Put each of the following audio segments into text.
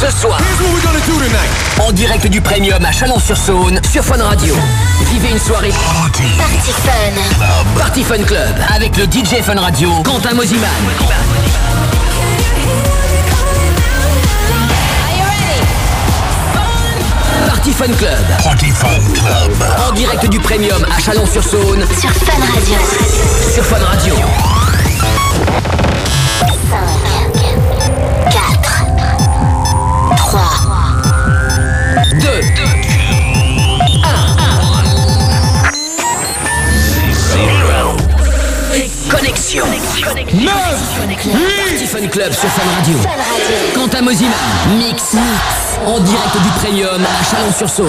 Ce soir, en direct du Premium à Chalon-sur-Saône, sur Fun Radio. Vivez une soirée Party Fun. Party Fun Club avec le DJ Fun Radio, Quentin Mosiman. Party Fun Club. Party Fun Club. En direct du Premium à Chalon-sur-Saône. Sur Fun Radio. Sur Fun Radio. 5, 4, 3, 2, 1. Connexion. 9, Party Fun Club sur Fun Radio. Quentin Mosiman. Mix. En direct du Premium à Chalon-sur-Saône.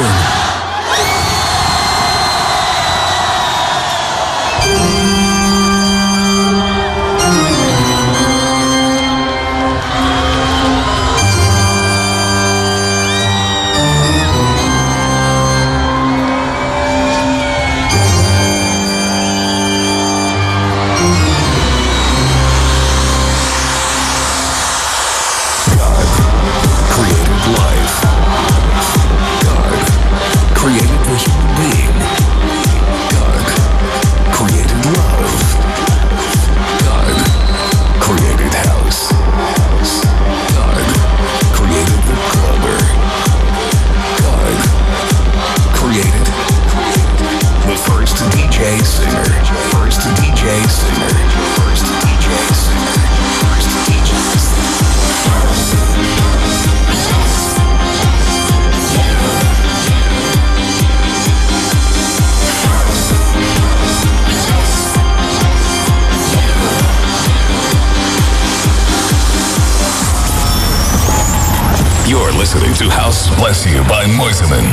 Listening to House Bless You by Moiseman.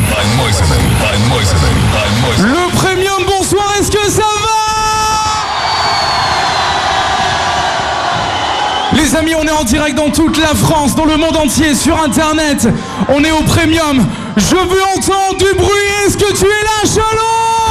Le Premium, bonsoir, est-ce que ça va? Les amis, on est en direct dans toute la France, dans le monde entier, sur Internet. On est au Premium. Je veux entendre du bruit. Est-ce que tu es là, Chalon?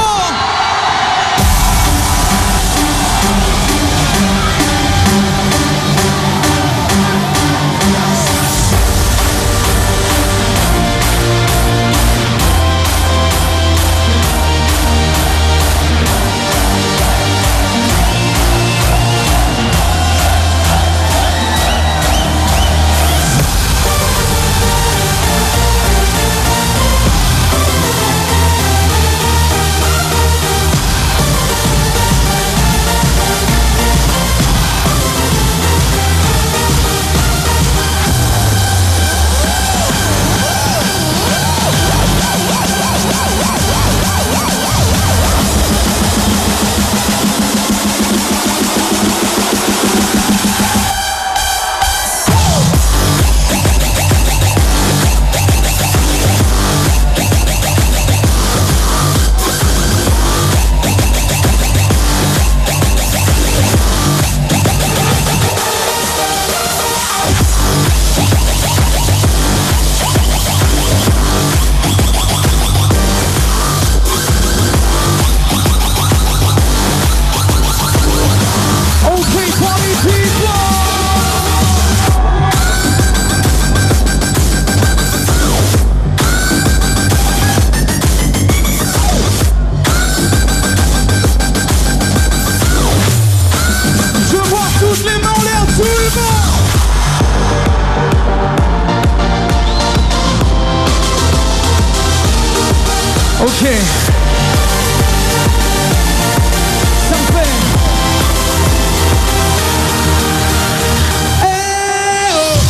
Ok. Ça fait. Eh oh.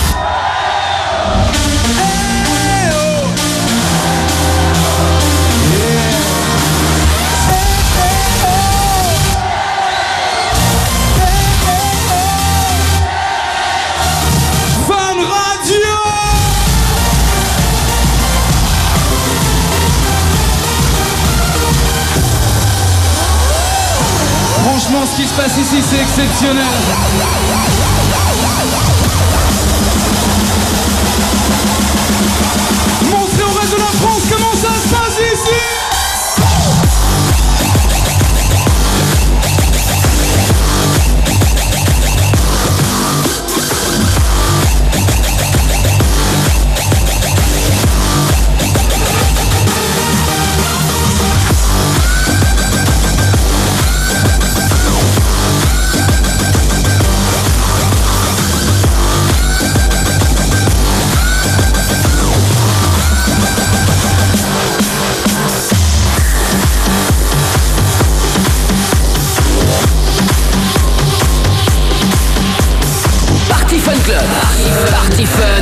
Eh oh. Yeah. Fun Radio. Franchement, ce qui se passe ici, c'est exceptionnel. Montrez au reste de la France comment ça se passe ici.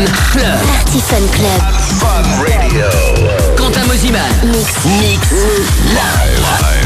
Club. Party Fun Club. Fun Radio. Quentin Mosiman. Mix live.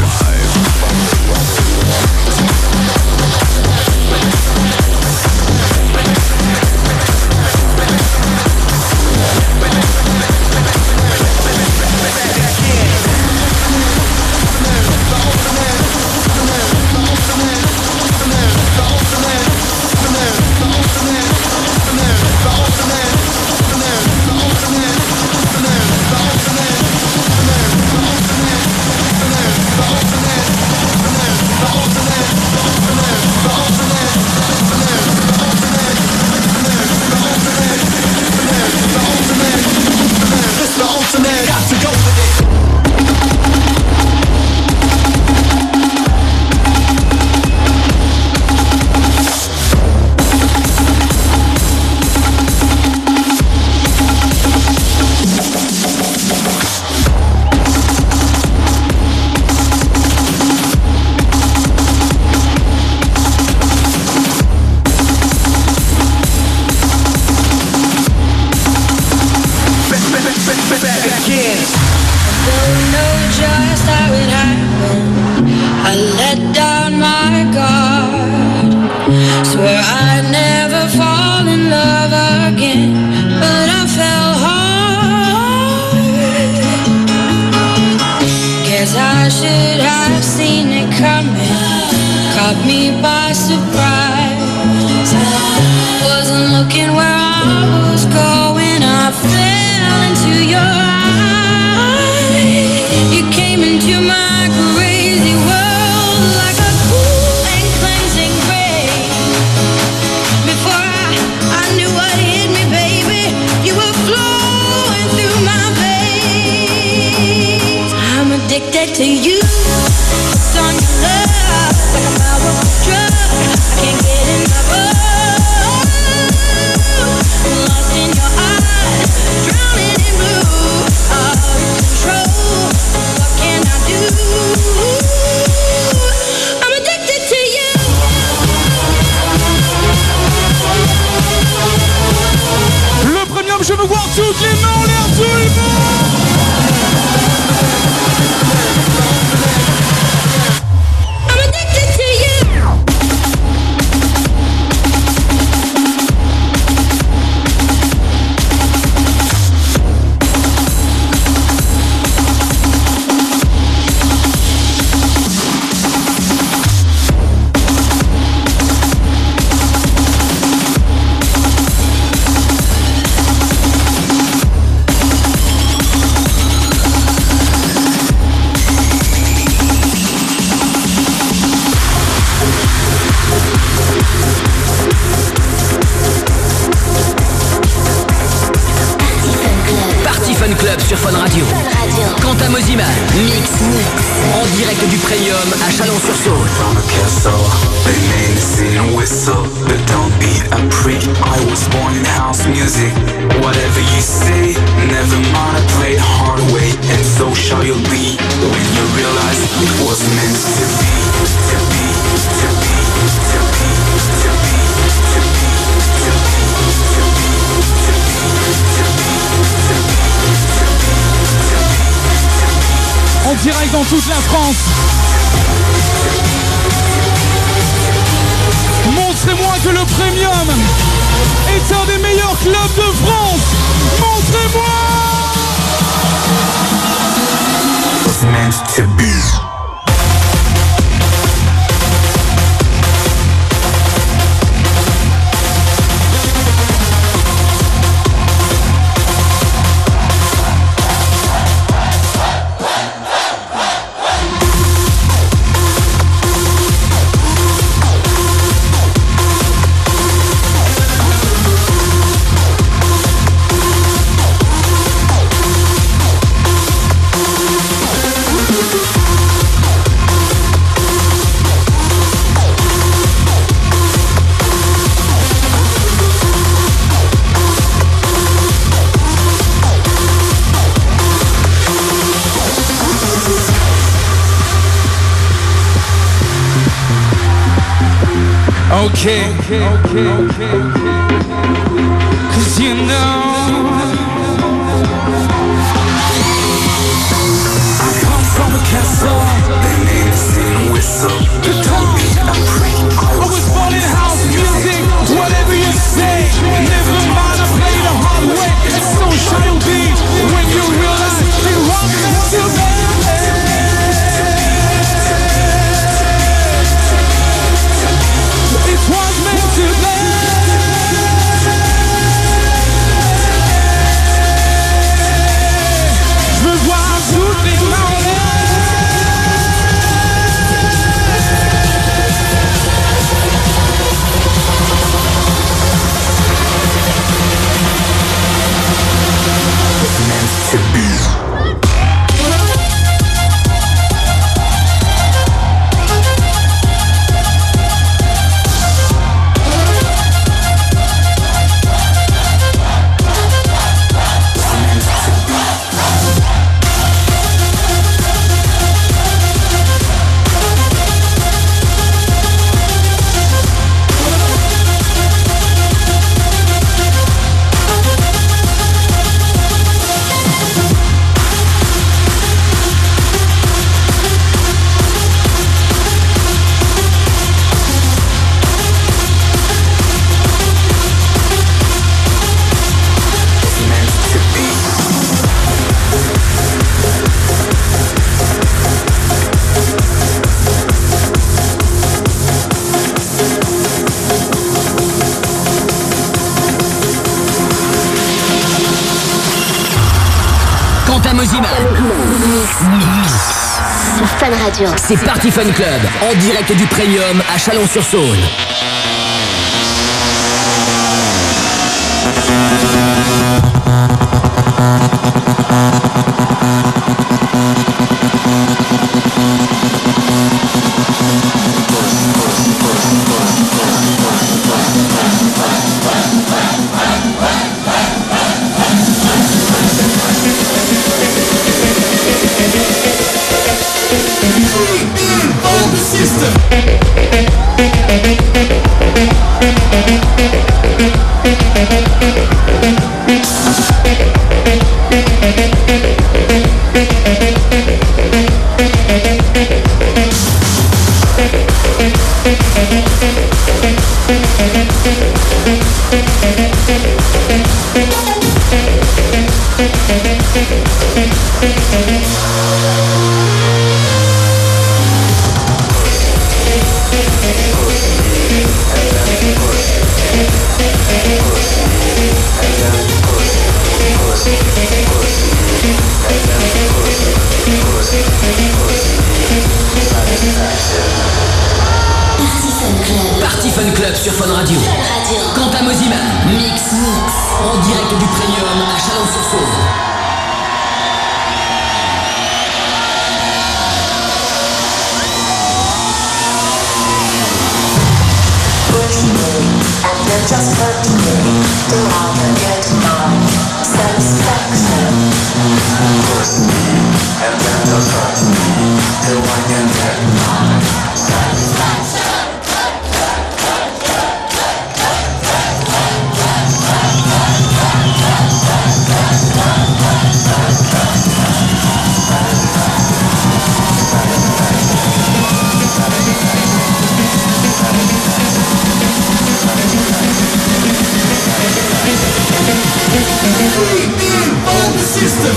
Sur Fun Radio. Quentin Mosiman, mix en direct du Premium à Chalon-sur-Saône. They name the scene and whistle, but don't be a prick. I was born in house music. Whatever you say, never mind. I played hard way, and so shall you be when you realize it was meant to be. To be, to be, to be, to be, to be, to be, to be, to be, to be, to be. En direct dans toute la France. Montrez-moi que le Premium est un des meilleurs clubs de France. Montrez-moi. Was meant to be. Okay. Cause 'cause you know I come from a castle. They made me sing whistle, but don't be afraid. I was born in house music, whatever you say. Never mind, I play the hard way, and so shall you be when you realize it wasn't meant to be. It was meant to be. Je veux voir toutes les mains. To be. Fun Radio. C'est Party Fun Club, en direct du Premium à Chalon-sur-Saône. Party Fun Club sur Fun Radio. Quentin Mosiman, mix en direct du Premium à Chalon-sur-Saône. And you're just hurting me. Do I get my satisfaction? Push me, and then just hurt me, till I can get my satisfaction. On the system.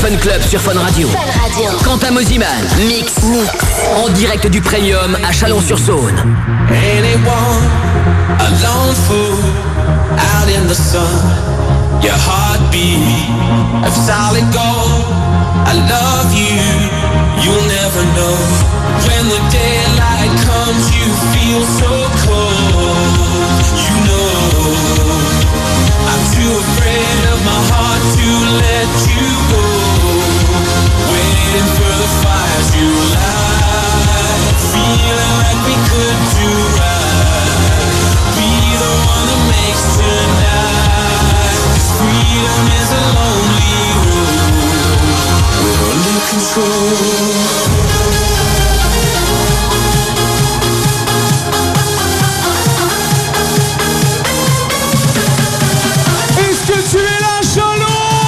Fun Club sur Fun Radio. Fun Radio. Quentin Mosiman, mix en direct du Premium à Chalon-sur-Saône. Anyone, a lone fool out in the sun. Your heartbeat of solid gold. I love you, you'll never know. When the daylight comes, you feel so cold. You know, I'm too afraid of my heart to let you go. Waiting for the fires you light, feeling like we could do right. Be the one that makes tonight. 'Cause freedom is a lonely road. We're under control. Tu es là, Chalon!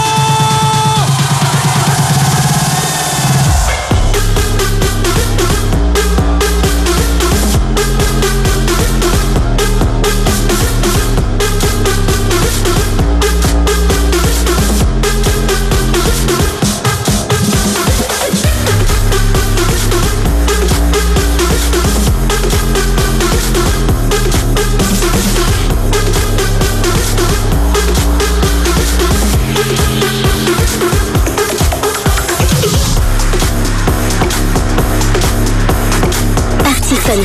Fun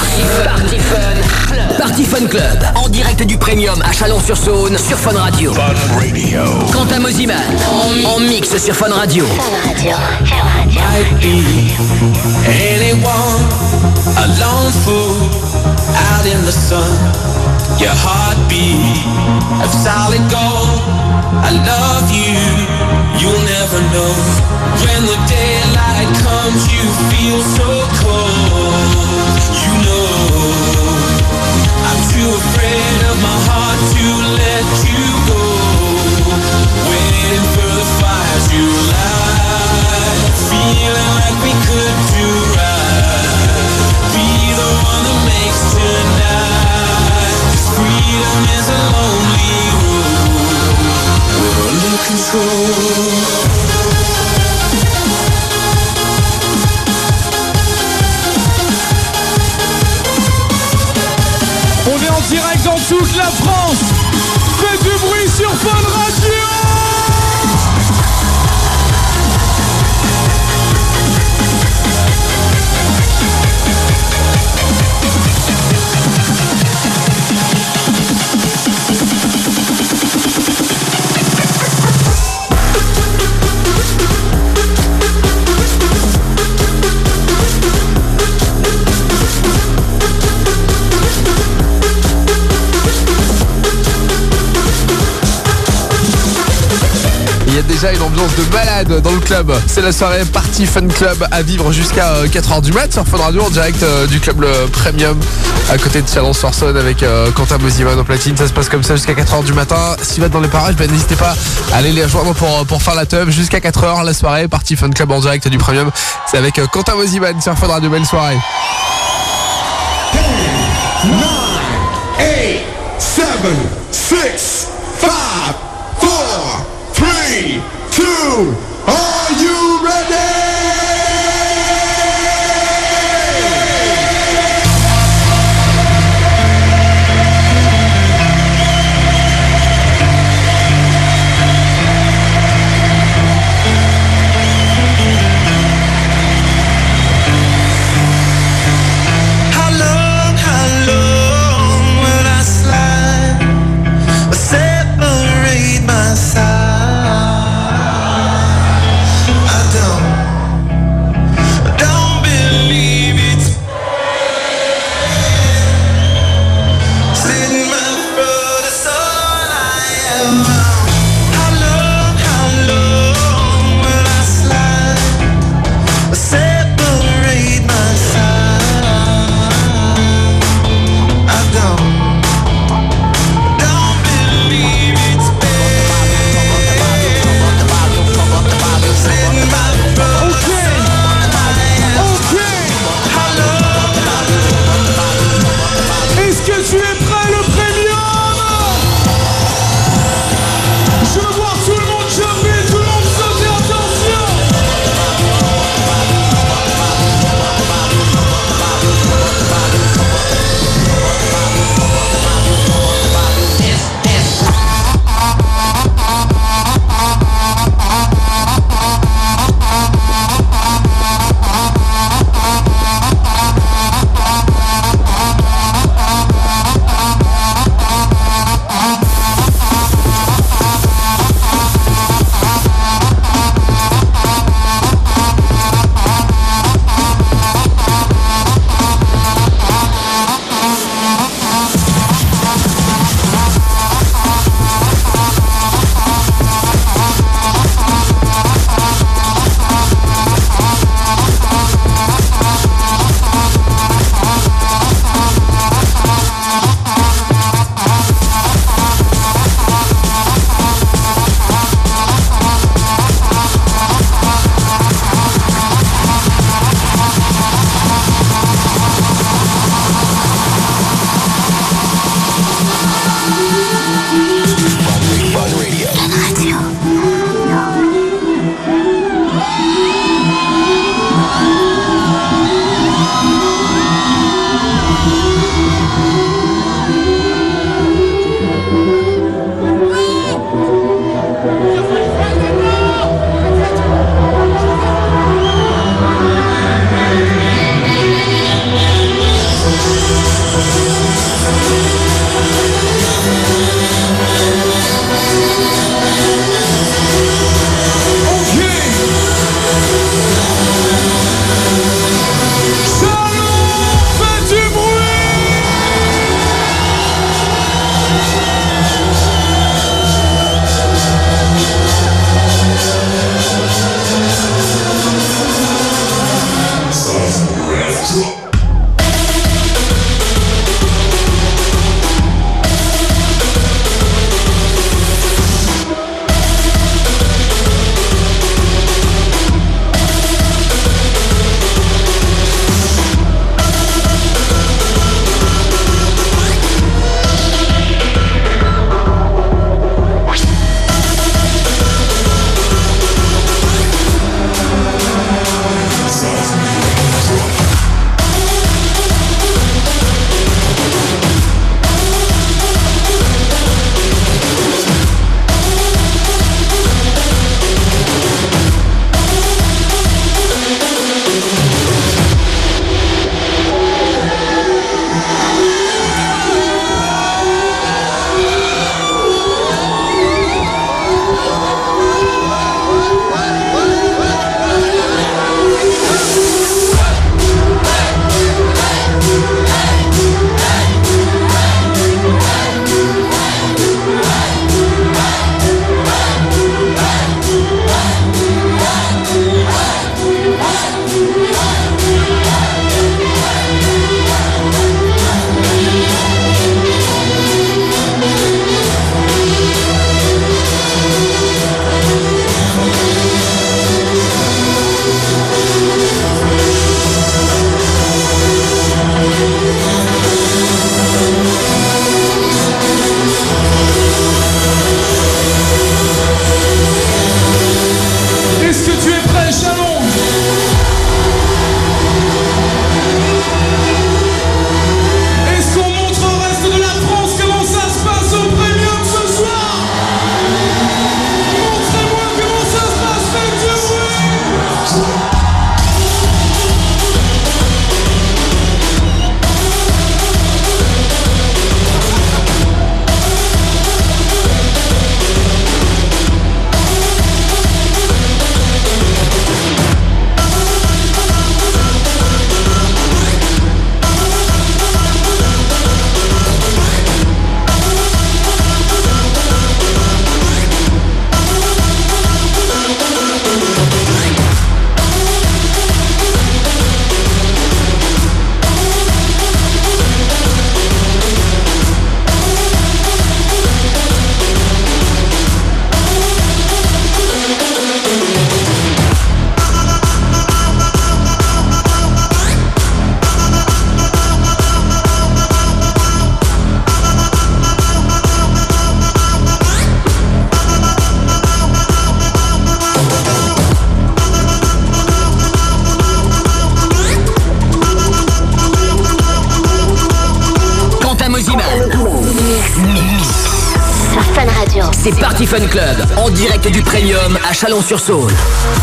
Club. Party Fun Club, en direct du Premium à Chalon-sur-Saône sur Fun Radio. Fun Radio. Quentin Mosiman, en mix sur Fun Radio. Fun Radio. Might be anyone, a lone fool out in the sun. Your heartbeat of solid gold. I love you, you'll never know. When the daylight comes, you feel so cold. You know, I'm too afraid of my heart to let you go. Waiting for the fires you light, feeling like we could do right. Be the one that makes tonight. 'Cause freedom is a lonely road. We're under control. On est en direct dans toute la France. Faites du bruit sur Fun Radio. Il y a déjà une ambiance de malade dans le club. C'est la soirée Party Fun Club à vivre jusqu'à 4h du mat sur Fun Radio en direct du club le Premium à côté de Chalon-sur-Saône avec Quentin Mosiman au platine. Ça se passe comme ça jusqu'à 4h du matin. Si vous êtes dans les parages, n'hésitez pas à aller les rejoindre pour faire la teuf jusqu'à 4h la soirée Party Fun Club en direct du Premium. C'est avec Quentin Mosiman sur Fun Radio. Belle soirée. 10, 9, 8, 7, 6, 5, 4, 3, 2, are you ready? How long will I slide or separate my side? Radio. C'est Party Fun Club, en direct du Premium à Chalon-sur-Saône.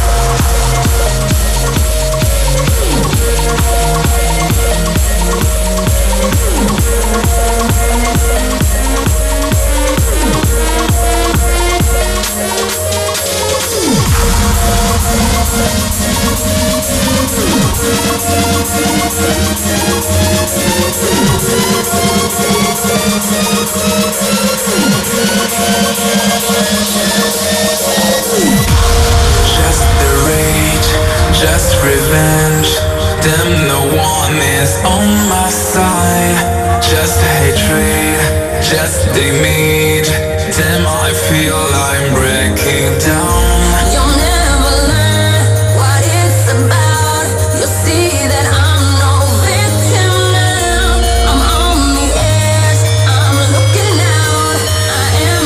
Just the rage, just revenge. Damn, no one is on my side. Just hatred, just damage. Damn, I feel I'm breaking down. You'll never learn what it's about. You'll see that I'm no victim now. I'm on the edge, I'm looking out. I am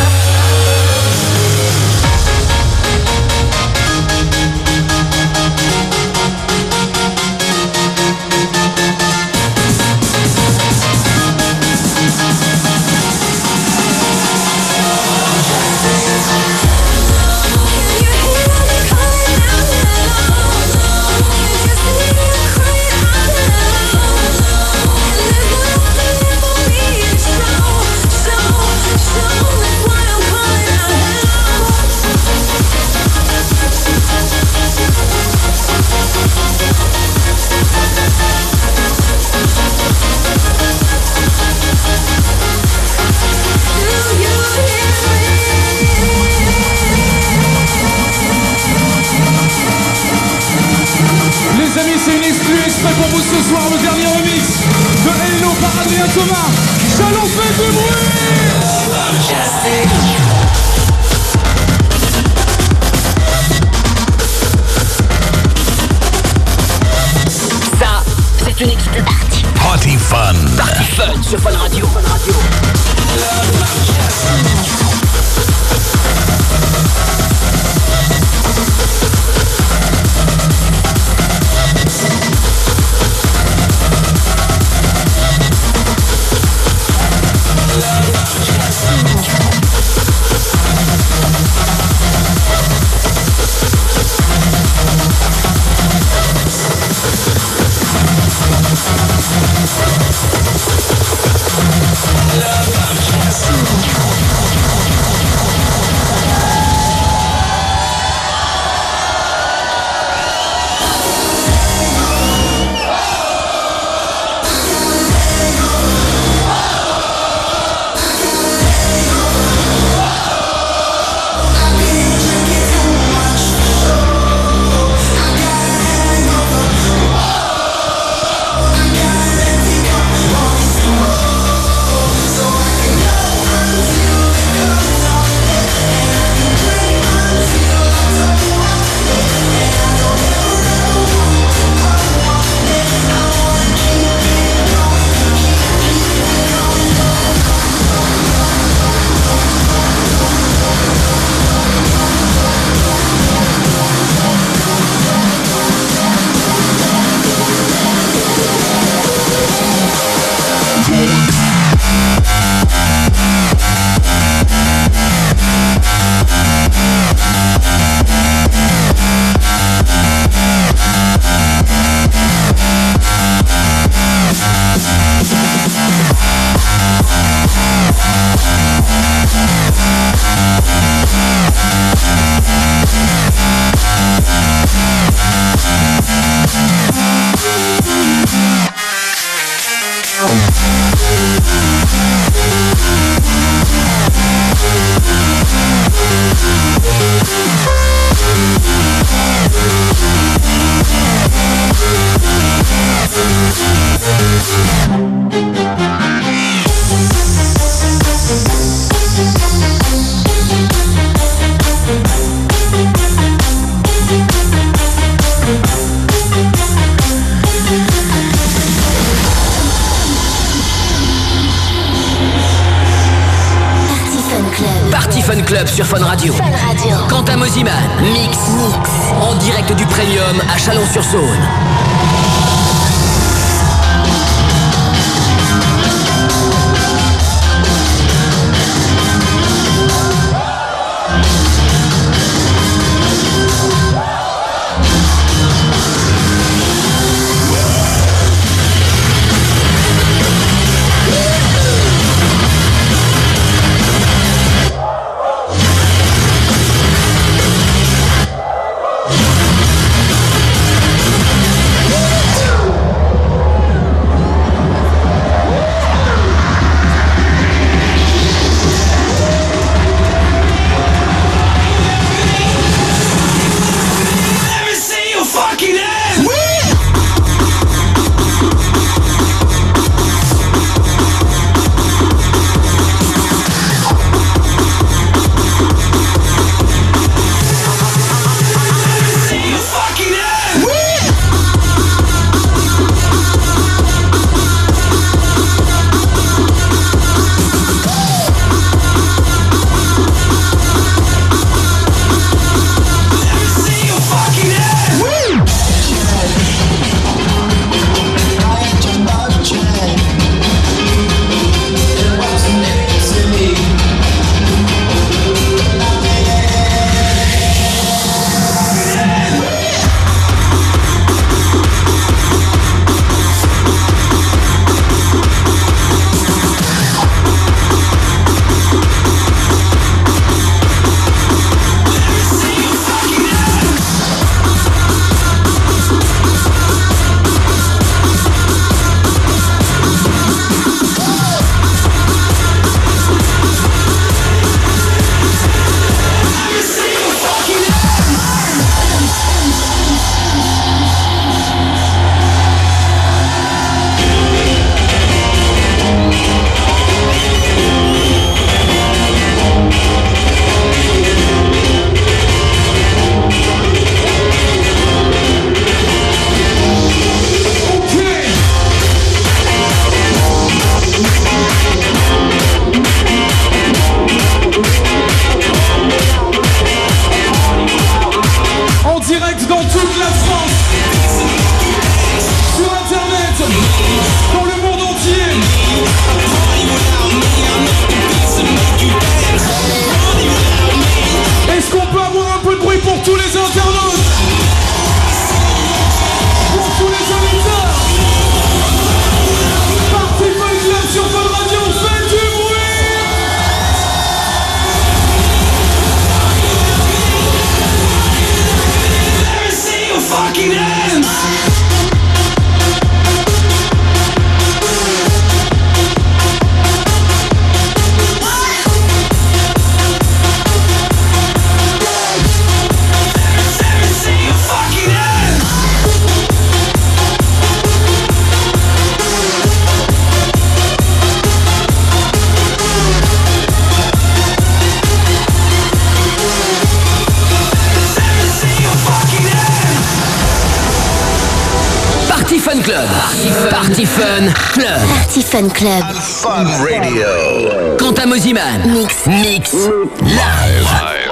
Les amis, c'est une exclue exprès pour vous ce soir, le dernier remix de Hello par Adrien Thomas. Chalon, faites du bruit! Ça, c'est une exclue. Party Fun. Party Fun sur Fun Radio. Party Fun Club sur Fun Radio. Fun Radio. Quentin Mosiman, mix. En direct du Premium à Chalon-sur-Saône. Club. Party Fun Club. Party Fun Club. Fun Radio. Quentin Mosiman. Mix. Live.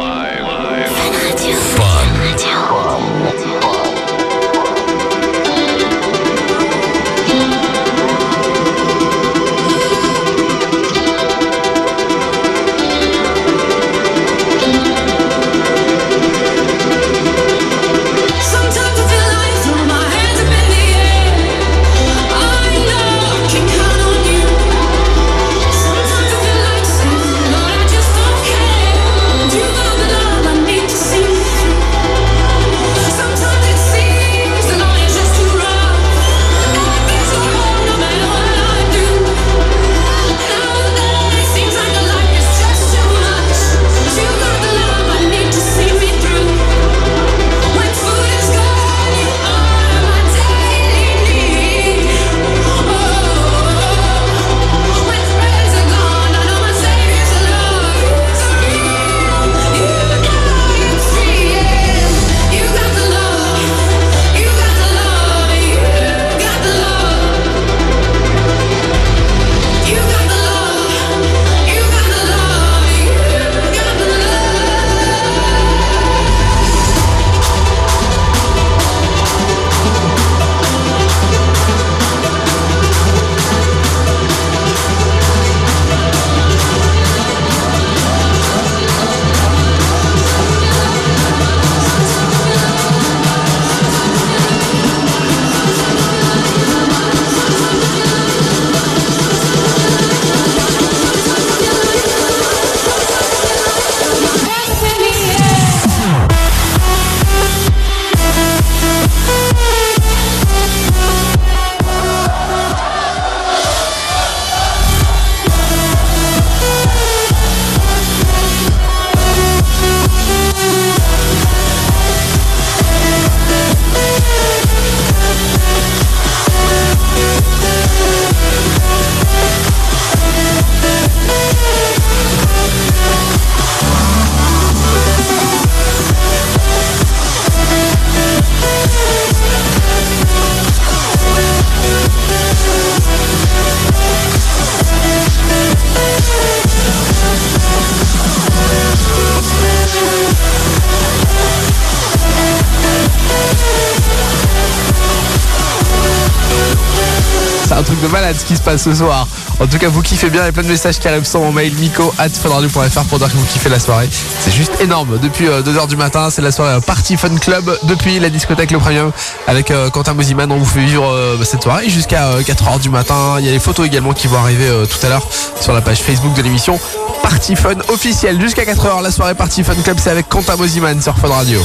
C'est un truc de malade ce qui se passe ce soir. En tout cas, vous kiffez bien, il y a plein de messages qui arrivent sur mon mail miko@funradio.fr pour dire que vous kiffez la soirée. C'est juste énorme. Depuis 2h du matin, c'est la soirée Party Fun Club depuis la discothèque Le Premium avec Quentin Mosiman. On vous fait vivre cette soirée jusqu'à 4h du matin. Il y a les photos également qui vont arriver tout à l'heure sur la page Facebook de l'émission Party Fun officielle. Jusqu'à 4h, la soirée Party Fun Club, c'est avec Quentin Mosiman sur Fun Radio.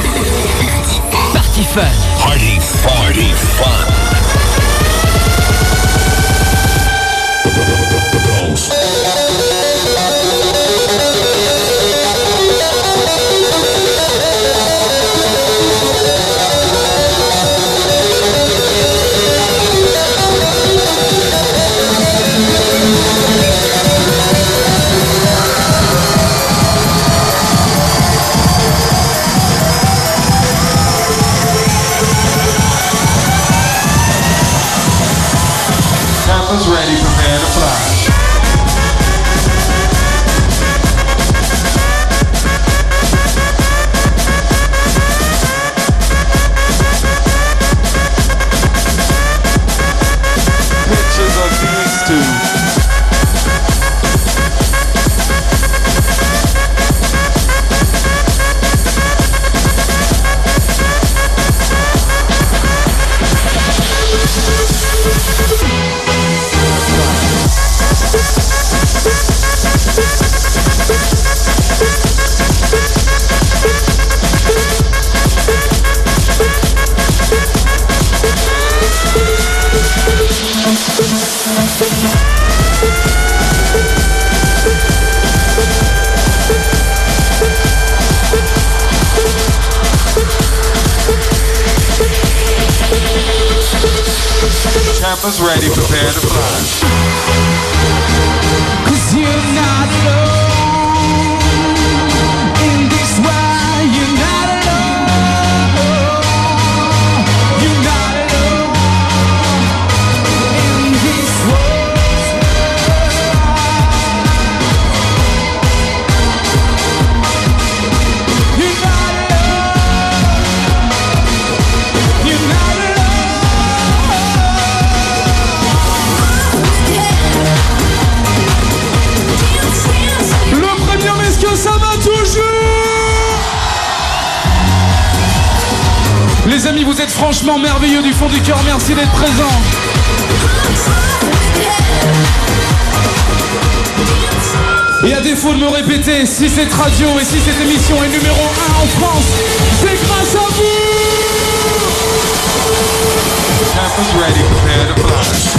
Party Fun. Party Fun. Cameras ready, prepare to fly. Pictures of these two. Campers ready, prepare to fly. 'Cause you're not alone in this world. You're not alone. You're not alone. les amis, vous êtes franchement merveilleux du fond du cœur, merci d'être présents. Et à défaut de me répéter, si cette radio et si cette émission est numéro 1 en France, c'est grâce à vous. Campus ready, prepare to fly.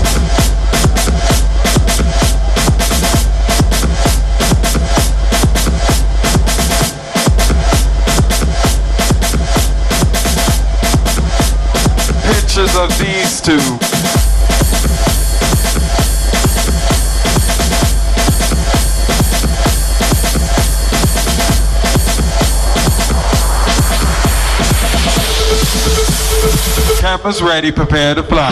Pictures of these two. Campus ready, prepare to fly.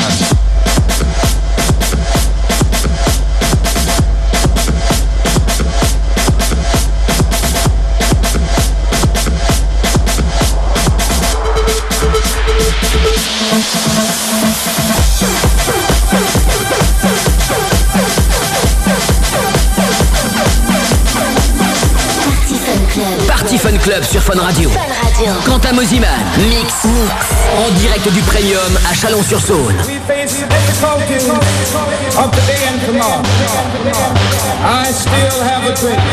Party Fun Club sur Fun Radio. Quentin Mosiman, mix en direct du Premium à Chalon-sur-Saône. We face the difficulties of today and tomorrow. I still have a dream.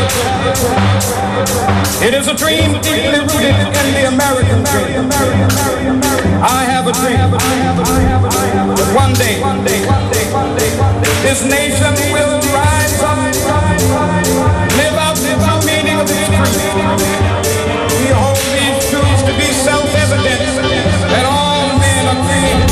It is a dream deeply rooted in the American dream. I have a dream that one day this nation will rise up, live out the true meaning of its creed. We hold these truths to be self-evident that all men are created.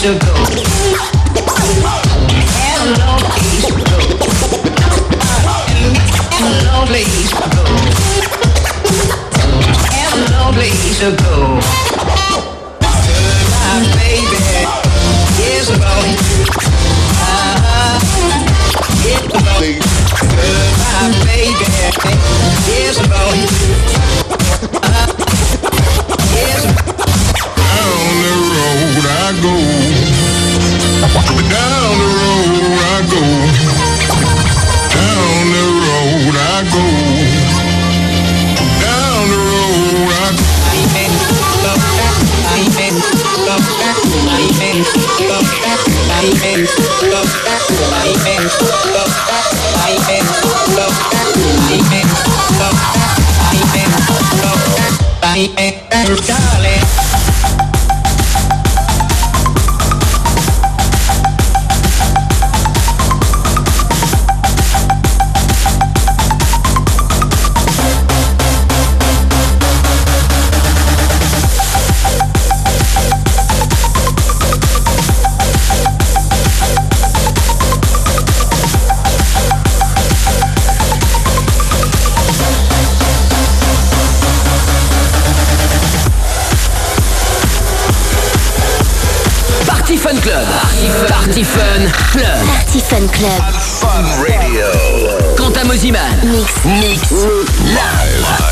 should go. Hello, place to go. Hello, place to go. Hello, place to go. My baby is a boy. It's a boy. My baby is a boy. Down the road I go. Down the road I go. Down the road I go. Down the road I go. Darling. Fun Club. Party Fun Club. Party Fun Club. Fun Radio. Quentin Mosiman. Mix. Live.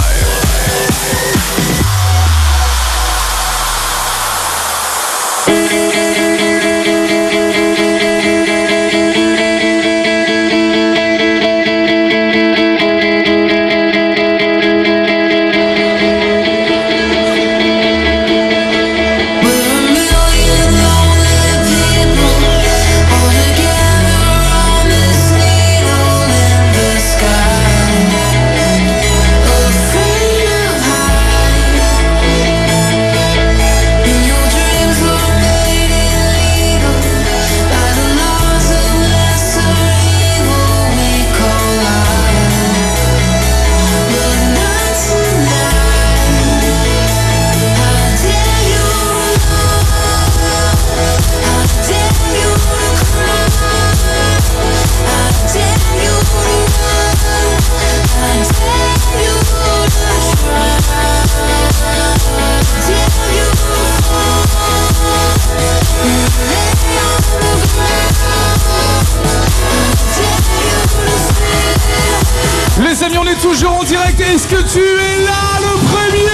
Les amis, on est toujours en direct. Est-ce que tu es là, le premier?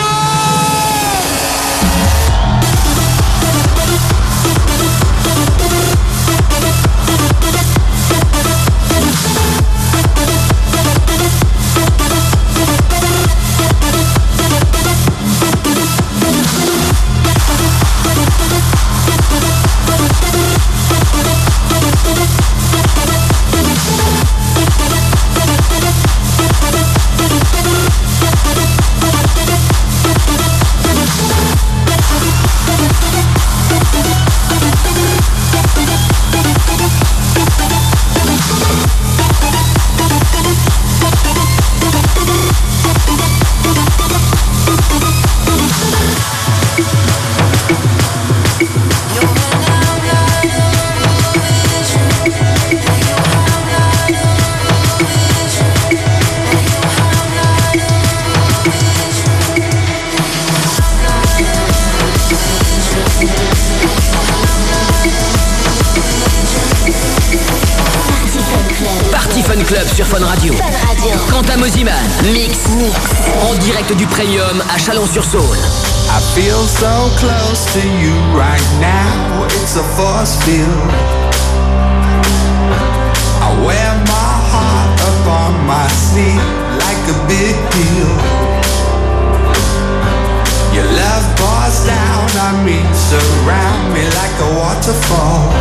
Club sur Fun Radio. Quentin Mosiman, mix en direct du Premium à Chalon-sur-Saône. I feel so close to you right now, it's a force field. I wear my heart up on my sleeve like a big deal. Your love pours down on me, surround me like a waterfall.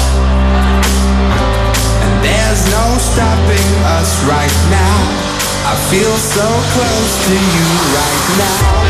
And there's no stopping us right now. I feel so close to you right now.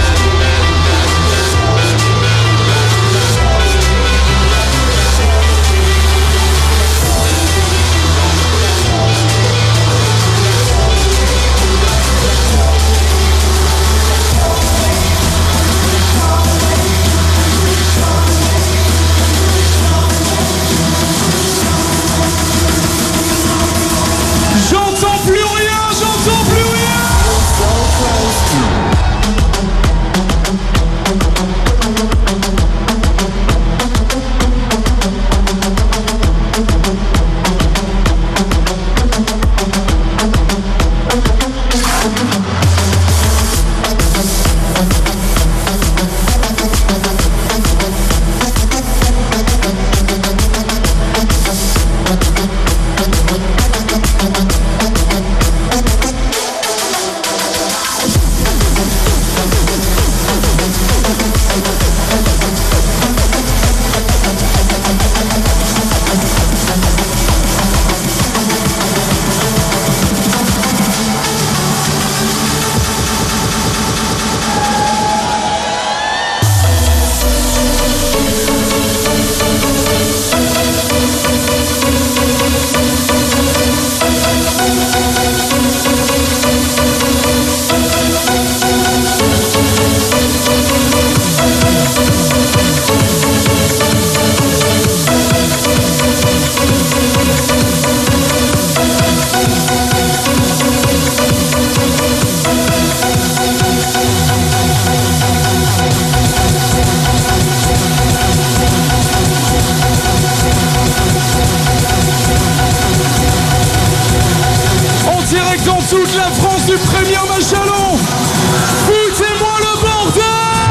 toute la France du Premium à Chalon. Foutez-moi le bordel.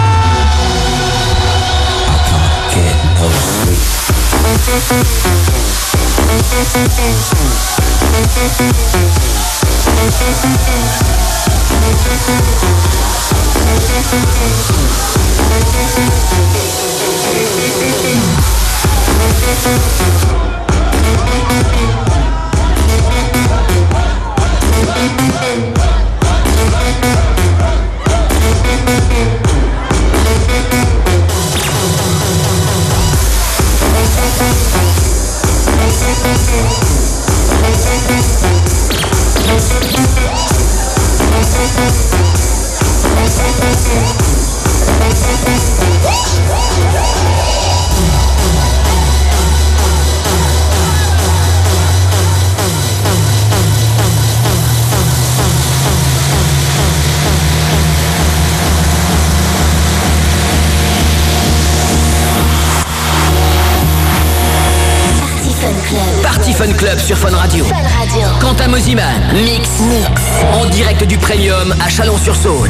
Party Fun Club sur Fun Radio. Quentin Mosiman, Mix, en direct du Premium à Chalon-sur-Saône.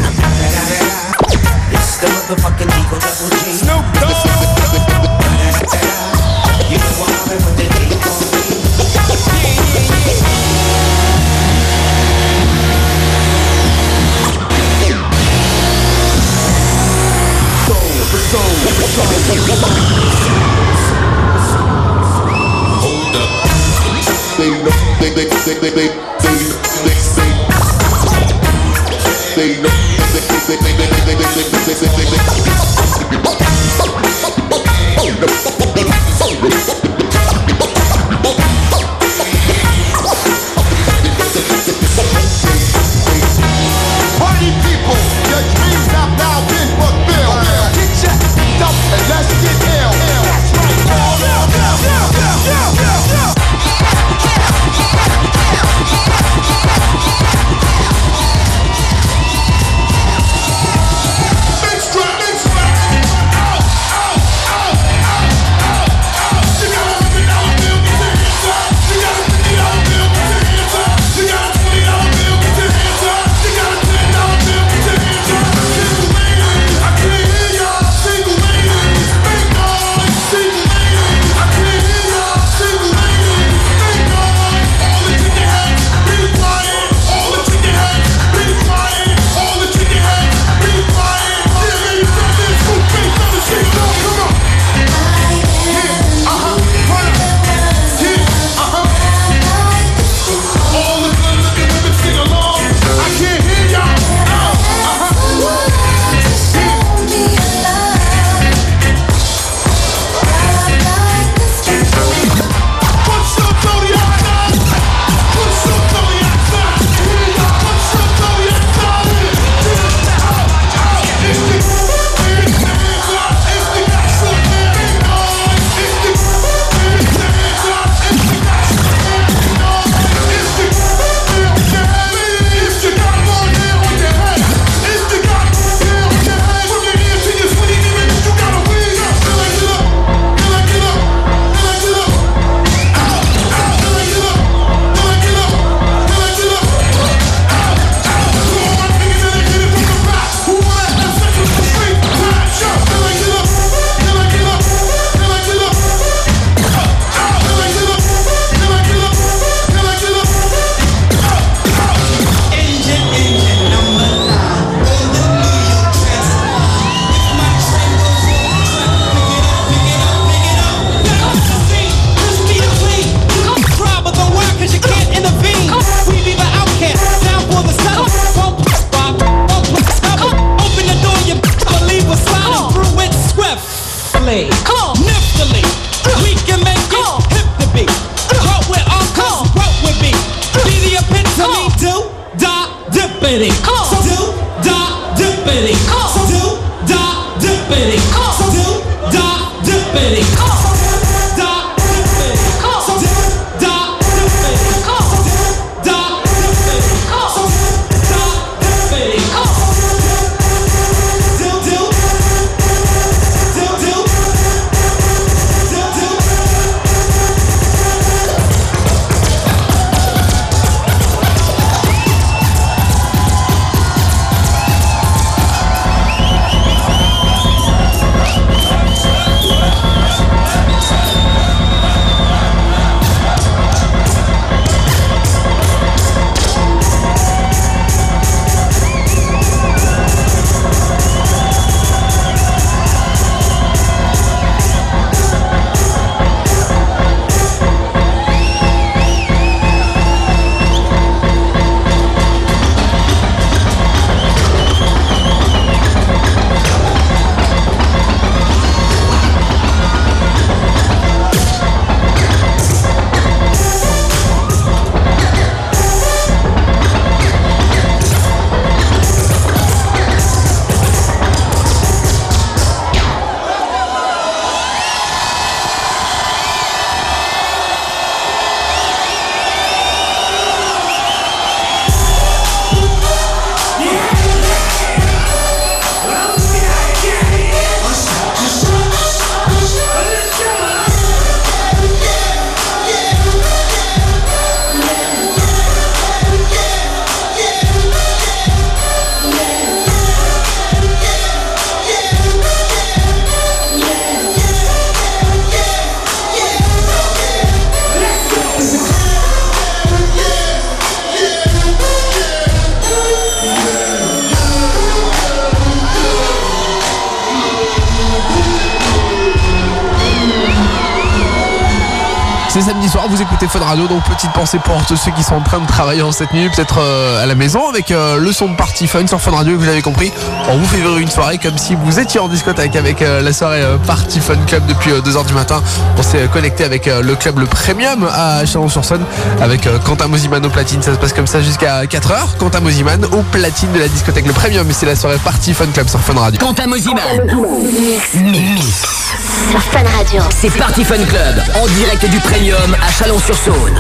Party people, your dreams have now been fulfilled. Get your feet up and let's get ill. That's right. dippity. So do da dippity. So do da dippity. So do da dippity. So do da dippity. So do da dippity. So do da dippity. So do da dippity. C'est samedi soir, vous écoutez Fun Radio, donc petite pensée pour tous ceux qui sont en train de travailler en cette nuit, peut-être à la maison avec le son de Party Fun sur Fun Radio. Vous l'avez compris, on vous fait vivre une soirée comme si vous étiez en discothèque avec la soirée Party Fun Club depuis 2h du matin. On s'est connecté avec le club Le Premium à Chalon-sur-Saône avec Quentin Mosiman au platine. Ça se passe comme ça jusqu'à 4h. Quentin Mosiman au platine de la discothèque Le Premium, et c'est la soirée Party Fun Club sur Fun Radio. Quentin Mosiman. Mix. Sur Fun Radio. C'est Party Fun Club en direct du Premium à Chalon-sur-Saône.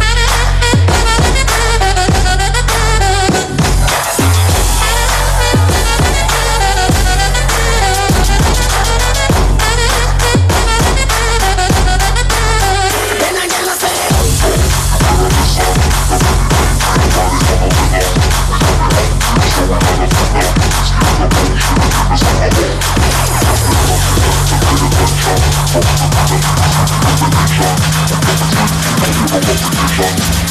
Competition.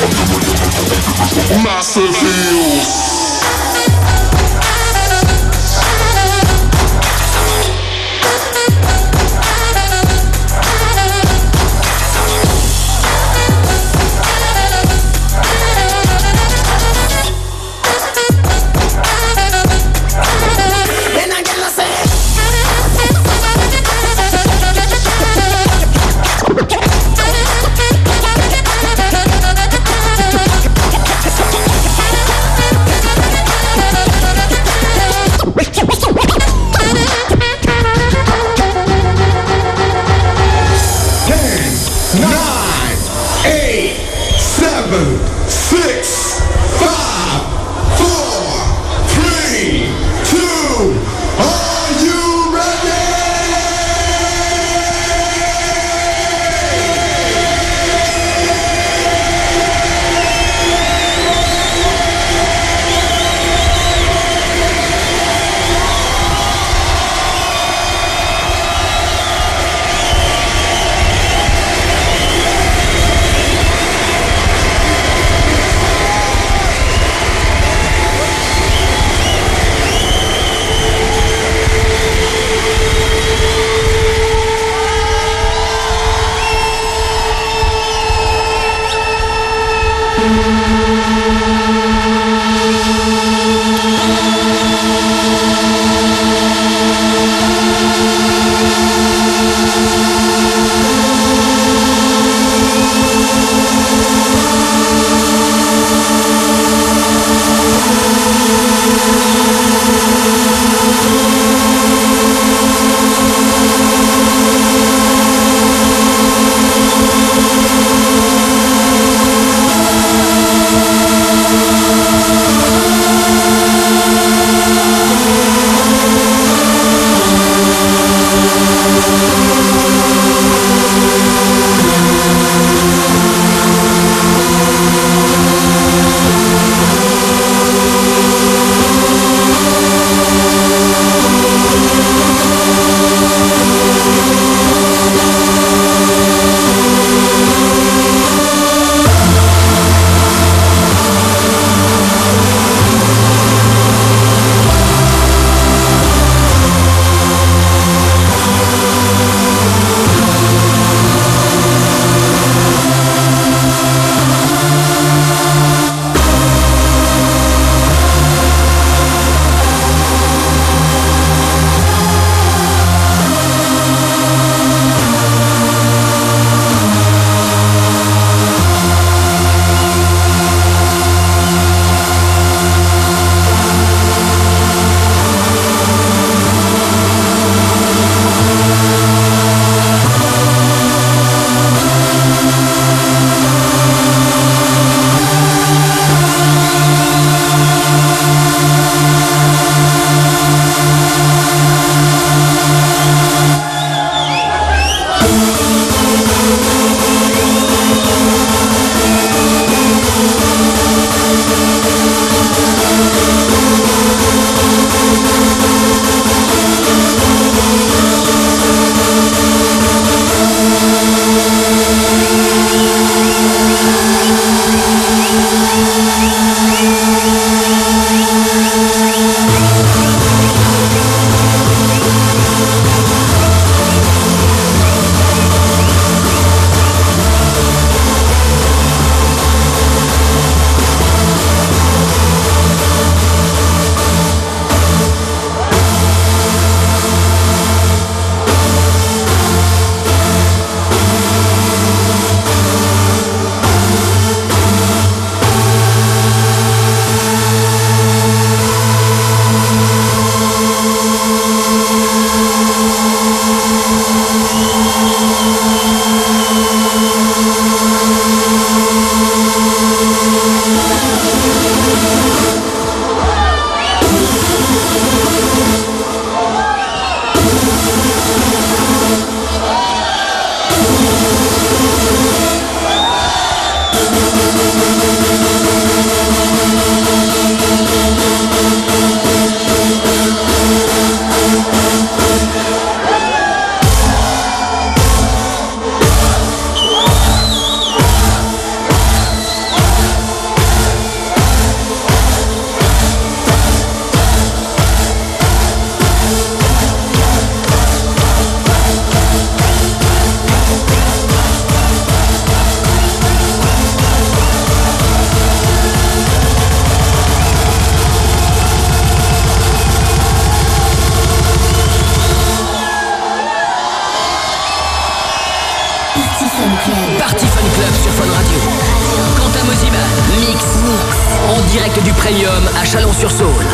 Fun Radio. Quentin Mosiman, Mix, en direct du Premium à Chalon-sur-Saône.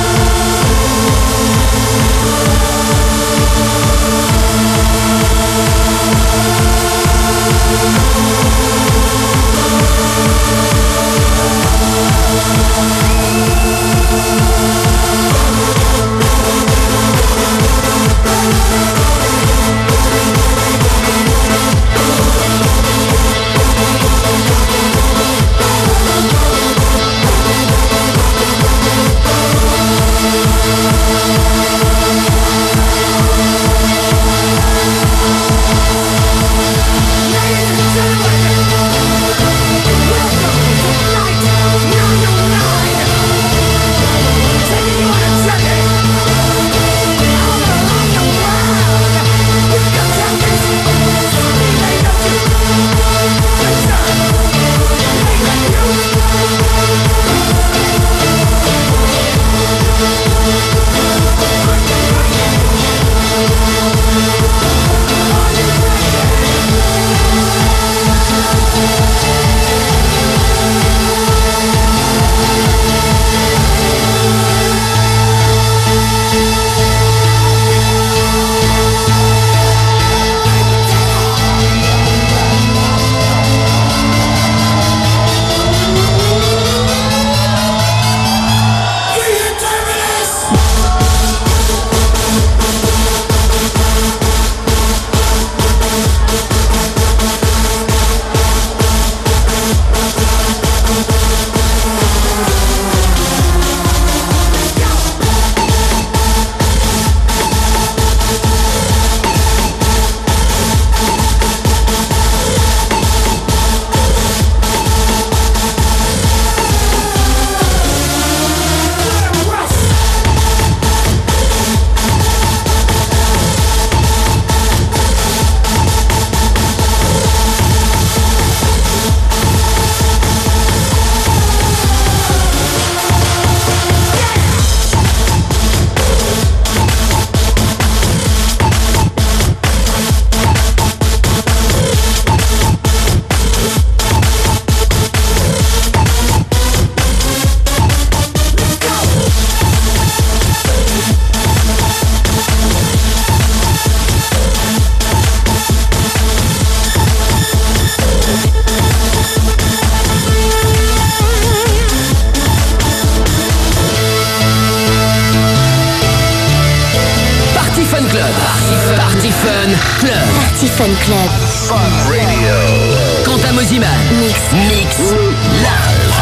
Party Fun Club. Fun Radio. Quentin Mosiman. Mix Live.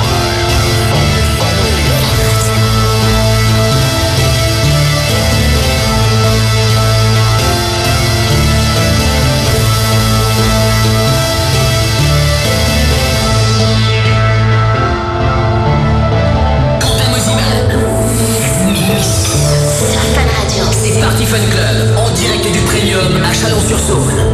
C'est Party Fun Club, en direct du Premium à Chalon-sur-Saône.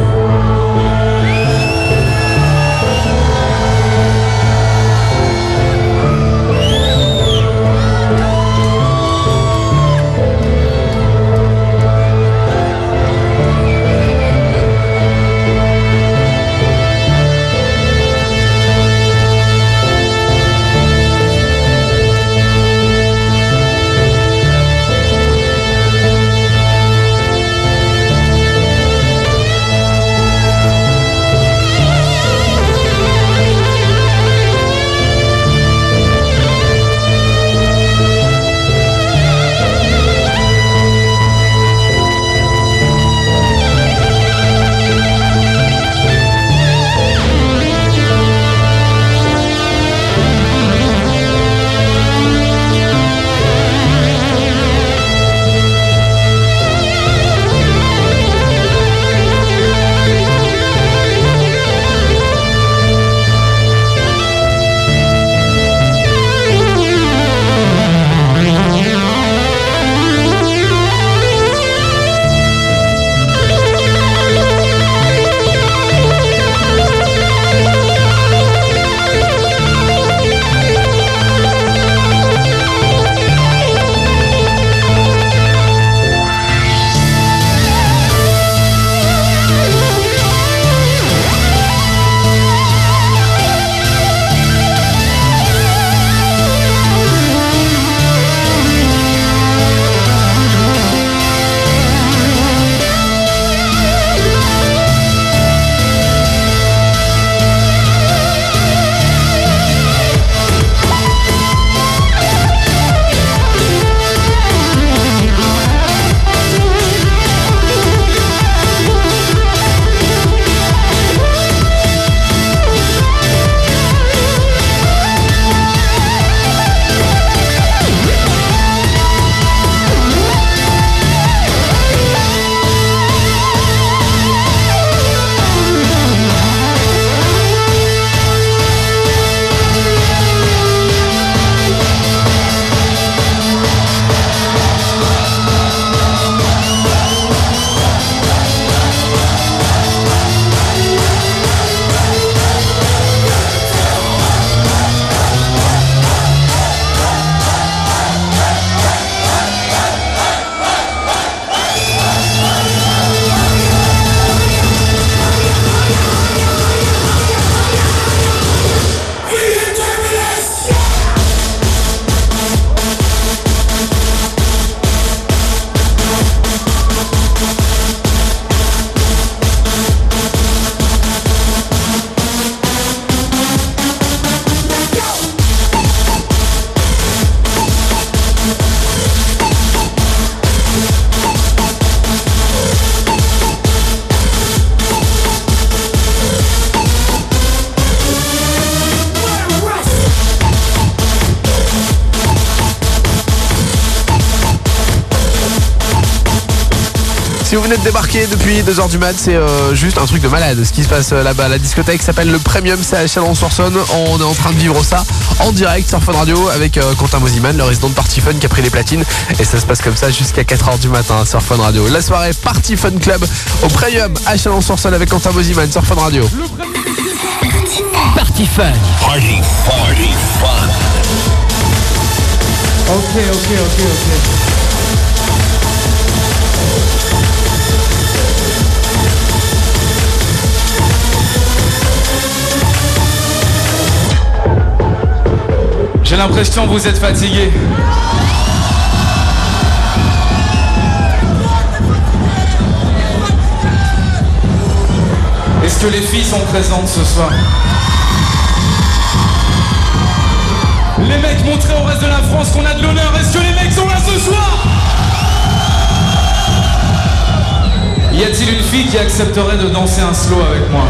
Si vous venez de débarquer depuis 2h du mat, c'est juste un truc de malade ce qui se passe là-bas. La discothèque s'appelle le Premium, c'est à Chalon-sur-Saône. On est en train de vivre ça en direct sur Fun Radio avec Quentin Mosiman, le résident de Party Fun qui a pris les platines. Et ça se passe comme ça jusqu'à 4h du matin sur Fun Radio. La soirée Party Fun Club au Premium à Chalon-sur-Saône avec Quentin Mosiman sur Fun Radio. Party Fun. Party fun. Ok. J'ai l'impression que vous êtes fatigués. Est-ce que les filles sont présentes ce soir? Les mecs, montrez au reste de la France qu'on a de l'honneur. Est-ce que les mecs sont là ce soir? Y a-t-il une fille qui accepterait de danser un slow avec moi?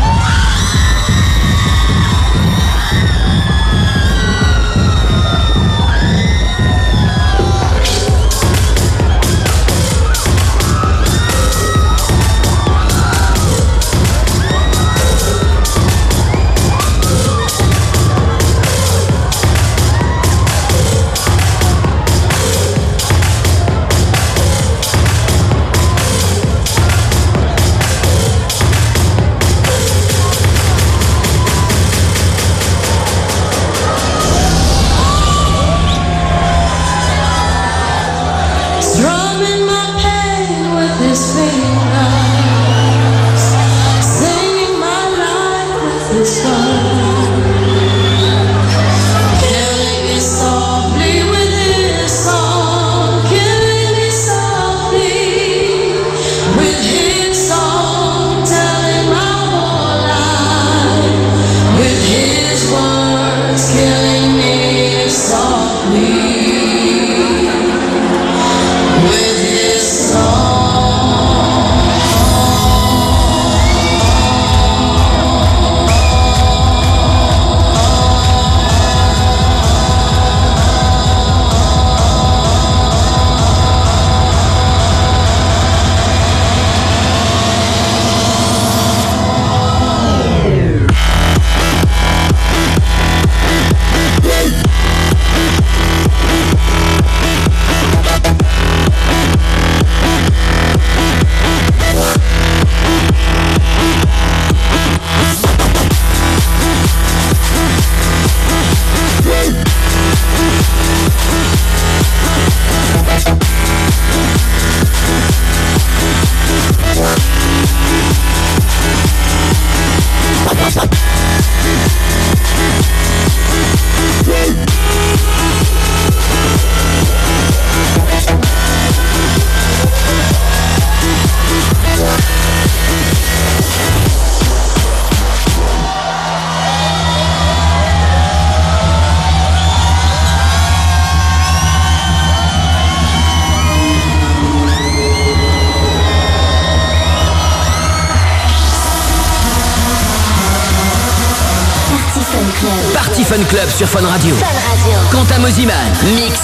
Party Fun Club sur Fun Radio. Quentin Mosiman, mix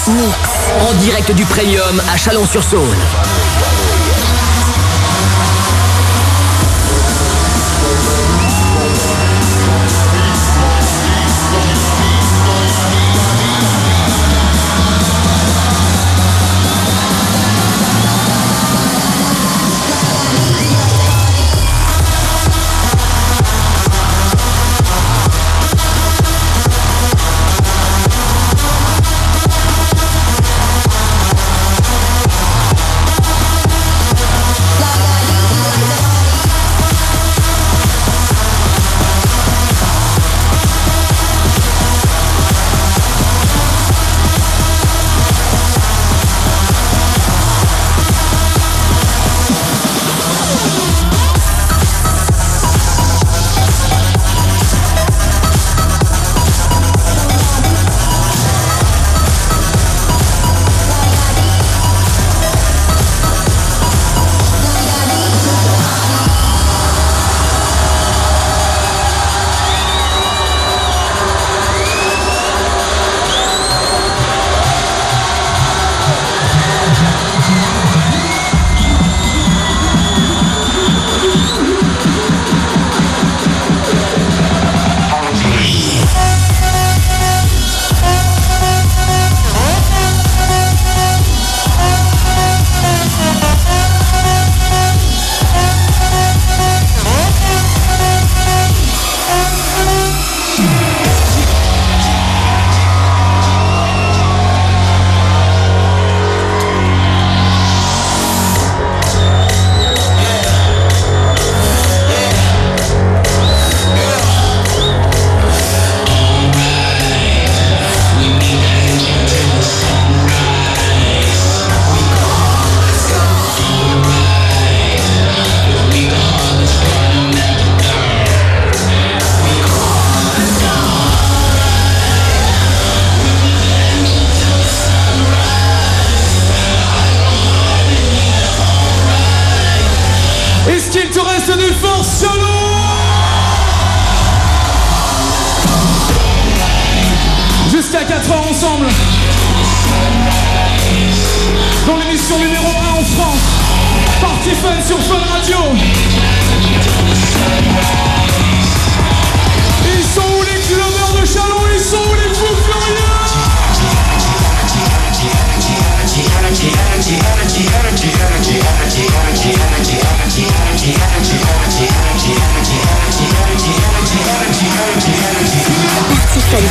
en direct du Premium à Chalon-sur-Saône. 4 heures ensemble. Dans l'émission numéro 1 en France, Party Fun sur Fun Radio. Ils sont où les clubbers de Chalon? Ils sont où les fous furieux? Party Fun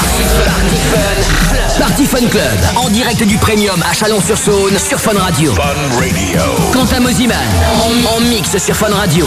Club. Party Fun Club, en direct du Premium à Chalon-sur-Saône sur Fun Radio. Fun Radio. Quentin Mosiman, en mix sur Fun Radio.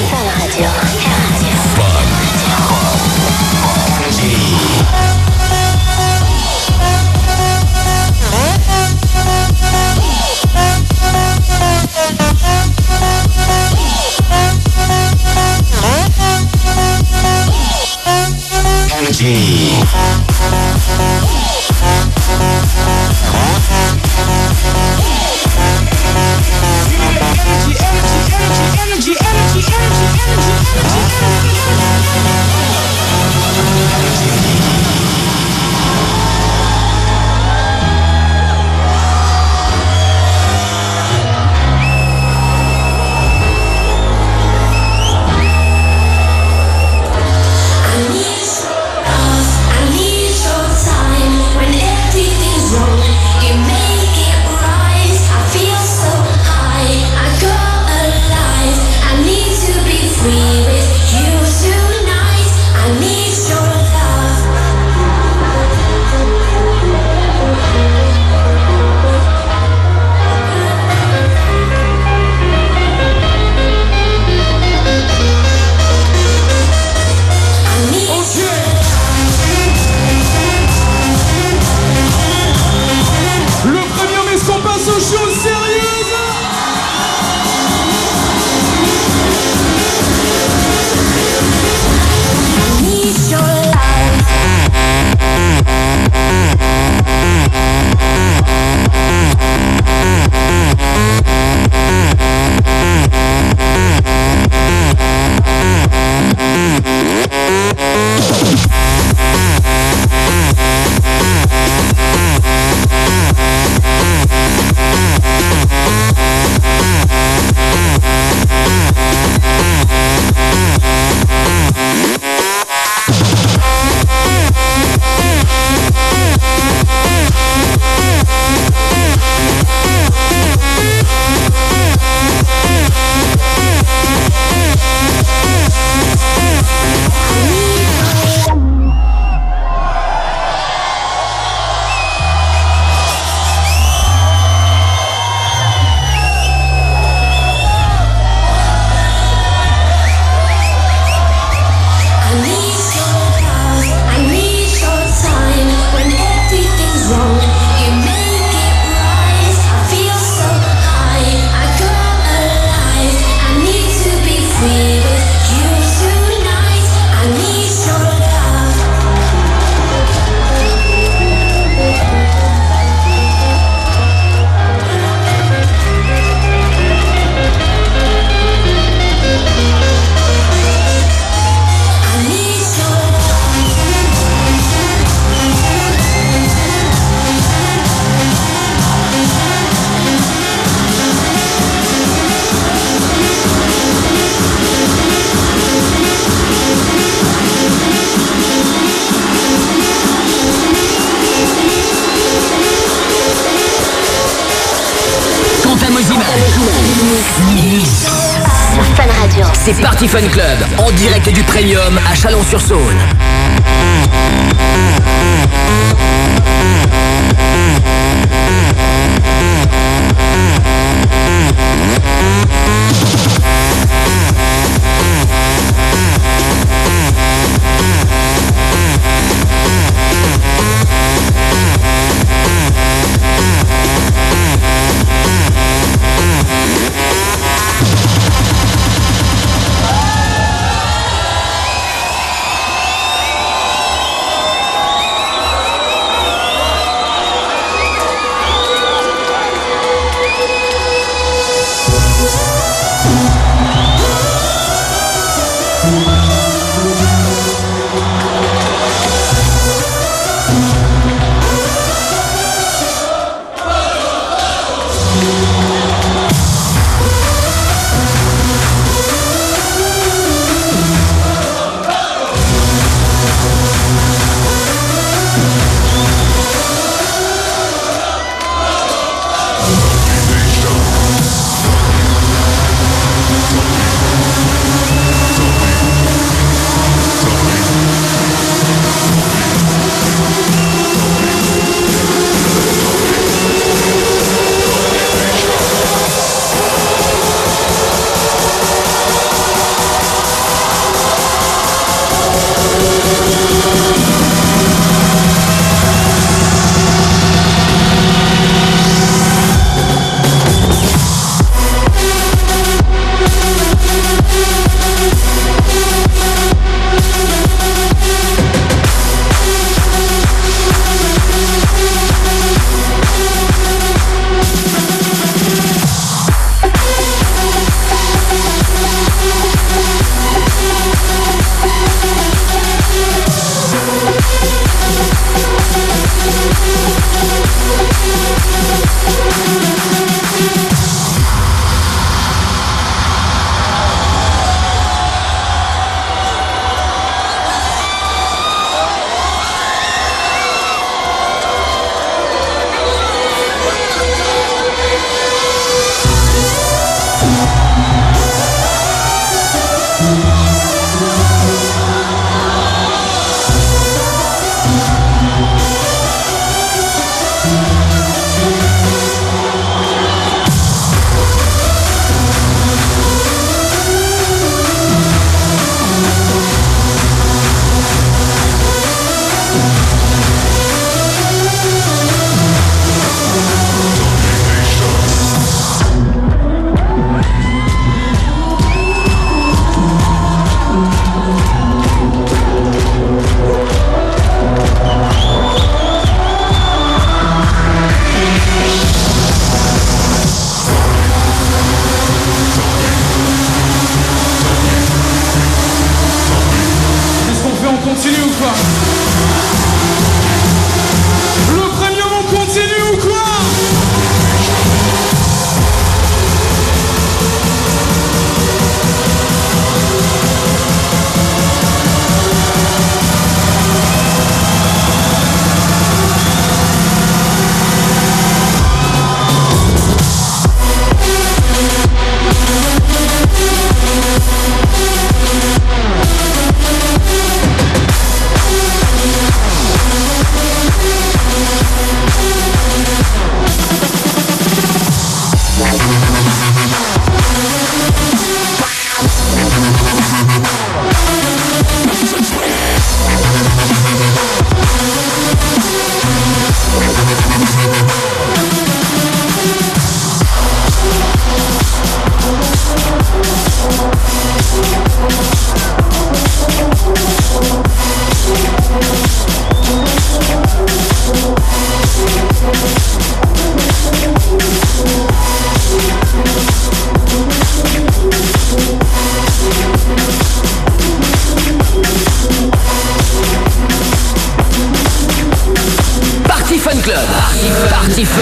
C'est Party Fun Club, en direct du Premium à Chalon-sur-Saône.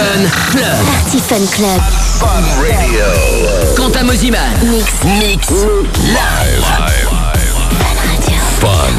Fun Club. Party Fun Club. Fun Radio. Quentin Mosiman. Mix live. Fun.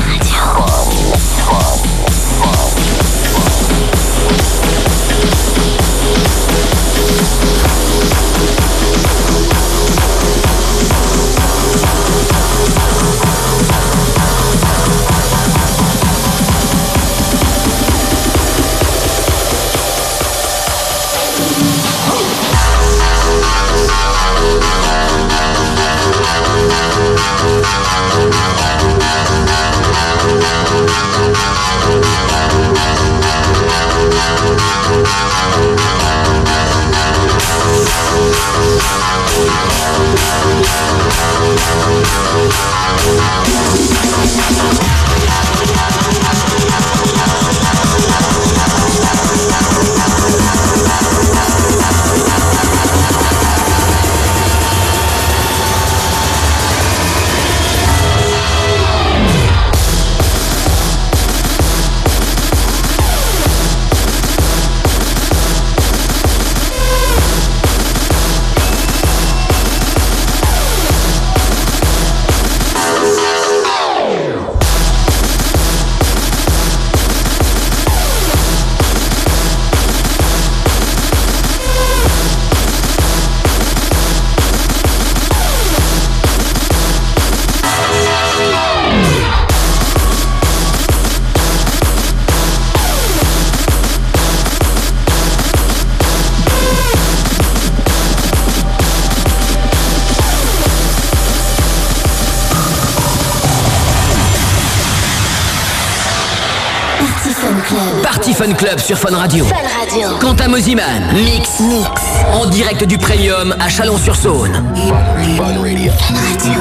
Party Fun Club sur Fun Radio. Fun Radio. Quentin Mosiman. Mix. En direct du Premium à Chalon-sur-Saône. Fun Radio. Fun Radio.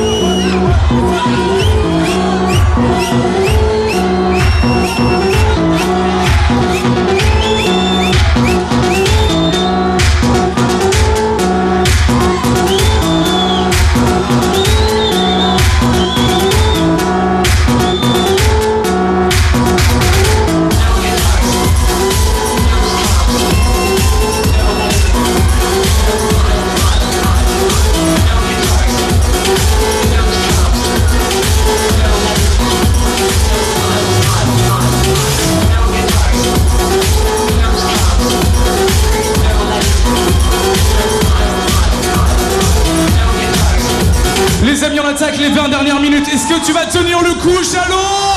Les amis, on attaque les 20 dernières minutes. Est-ce que tu vas tenir le coup, Chalon ?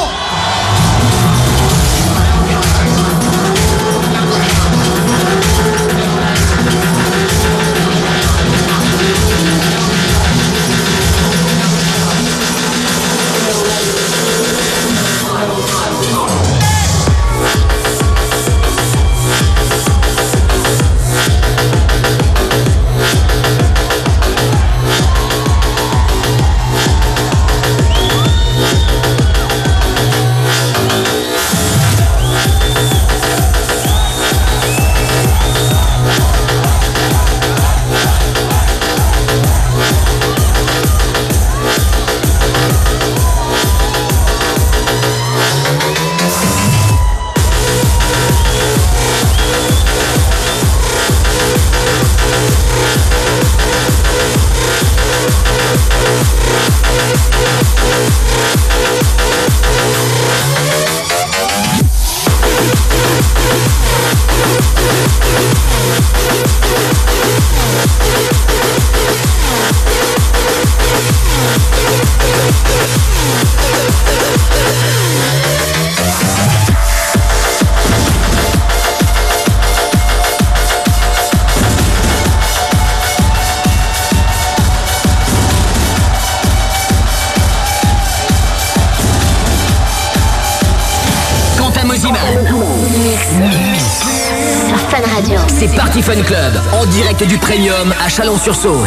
C'est Party Fun Club, en direct du Premium à Chalon-sur-Saône.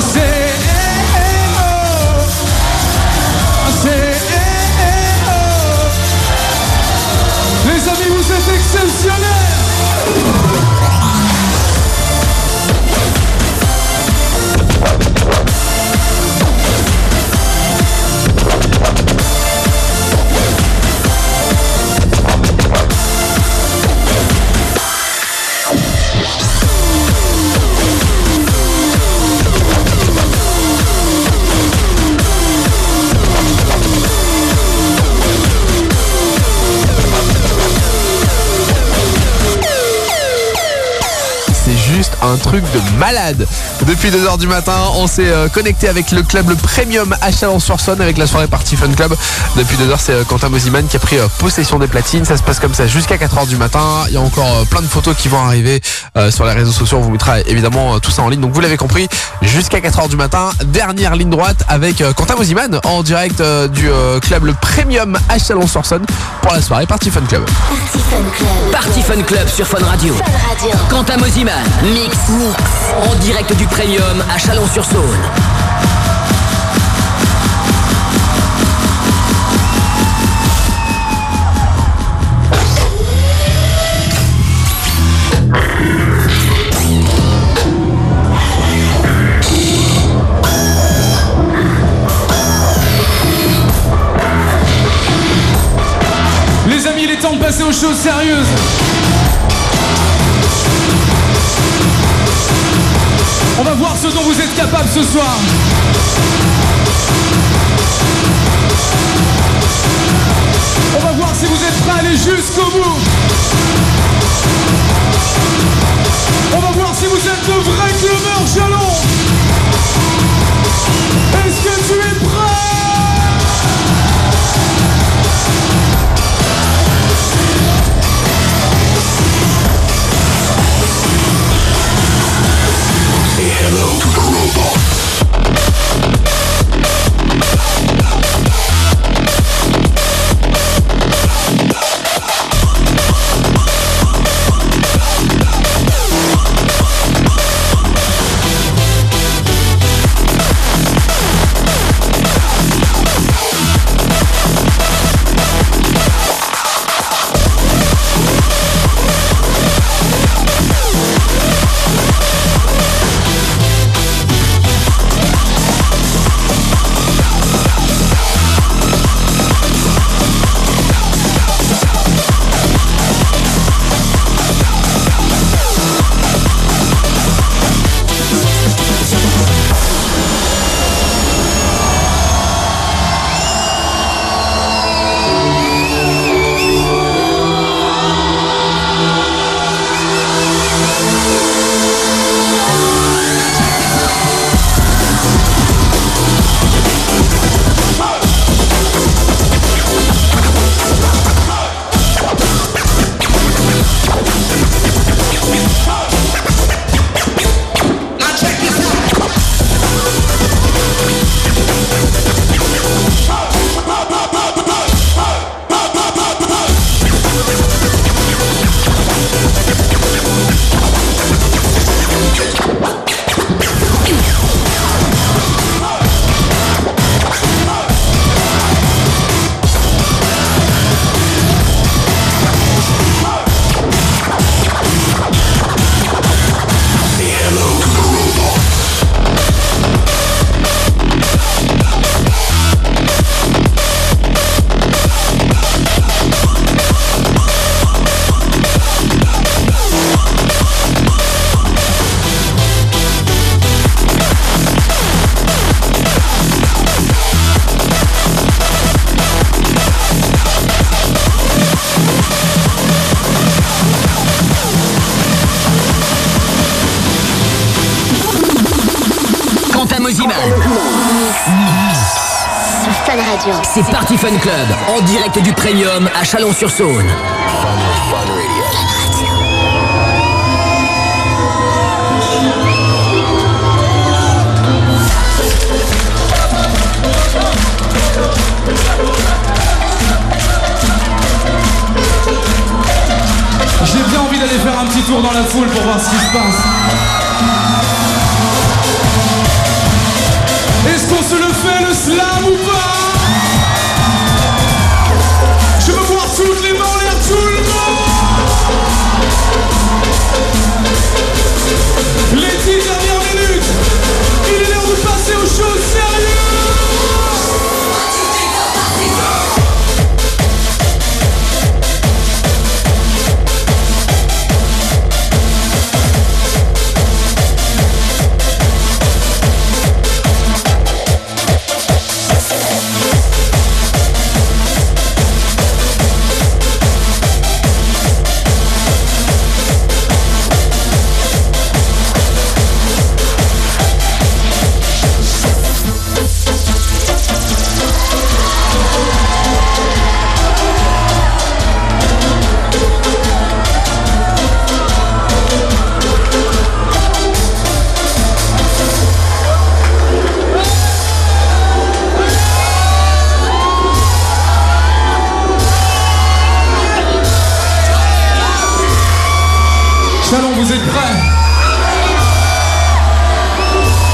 Les amis, vous êtes exceptionnels. Un truc de malade. Depuis 2h du matin, on s'est connecté avec le club le Premium à Chalon-sur-Saône avec la soirée Party Fun Club. Depuis 2h, c'est Quentin Mosiman qui a pris possession des platines. Ça se passe comme ça jusqu'à 4h du matin. Il y a encore plein de photos qui vont arriver sur les réseaux sociaux. On vous mettra évidemment tout ça en ligne. Donc vous l'avez compris, jusqu'à 4h du matin, dernière ligne droite avec Quentin Mosiman en direct du club le Premium à Chalon-sur-Saône pour la soirée Party Fun Club. Party Fun Club sur Fun Radio. Quentin Mosiman, Mix en direct du Premium à Chalon-sur-Saône. Les amis, il est temps de passer aux choses sérieuses. On va voir ce dont vous êtes capables ce soir. On va voir si vous êtes prêts à aller jusqu'au bout. On va voir si vous êtes de vrais clubbers jalons. Est-ce que tu es prêt? Hello to the robot. C'est Party Fun Club, en direct du Premium à Chalon-sur-Saône. J'ai bien envie d'aller faire un petit tour dans la foule pour voir ce qui se passe.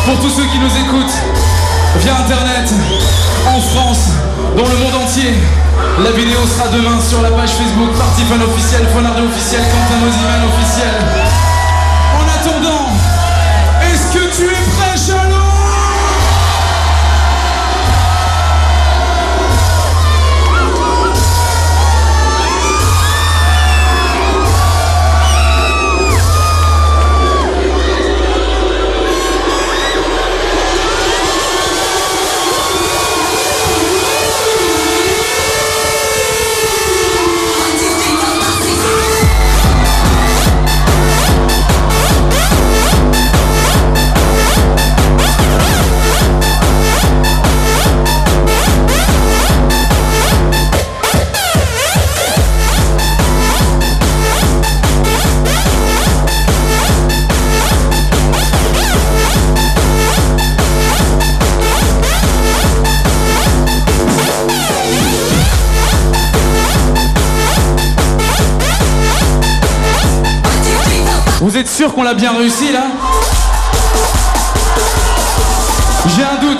Pour tous ceux qui nous écoutent via internet, en France, dans le monde entier, la vidéo sera demain sur la page Facebook Party Fun officiel, Fun Radio officiel, Quentin Mosiman officiel. En attendant, est-ce que tu es prêt, Chalon? Vous êtes sûr qu'on l'a bien réussi là? J'ai un doute.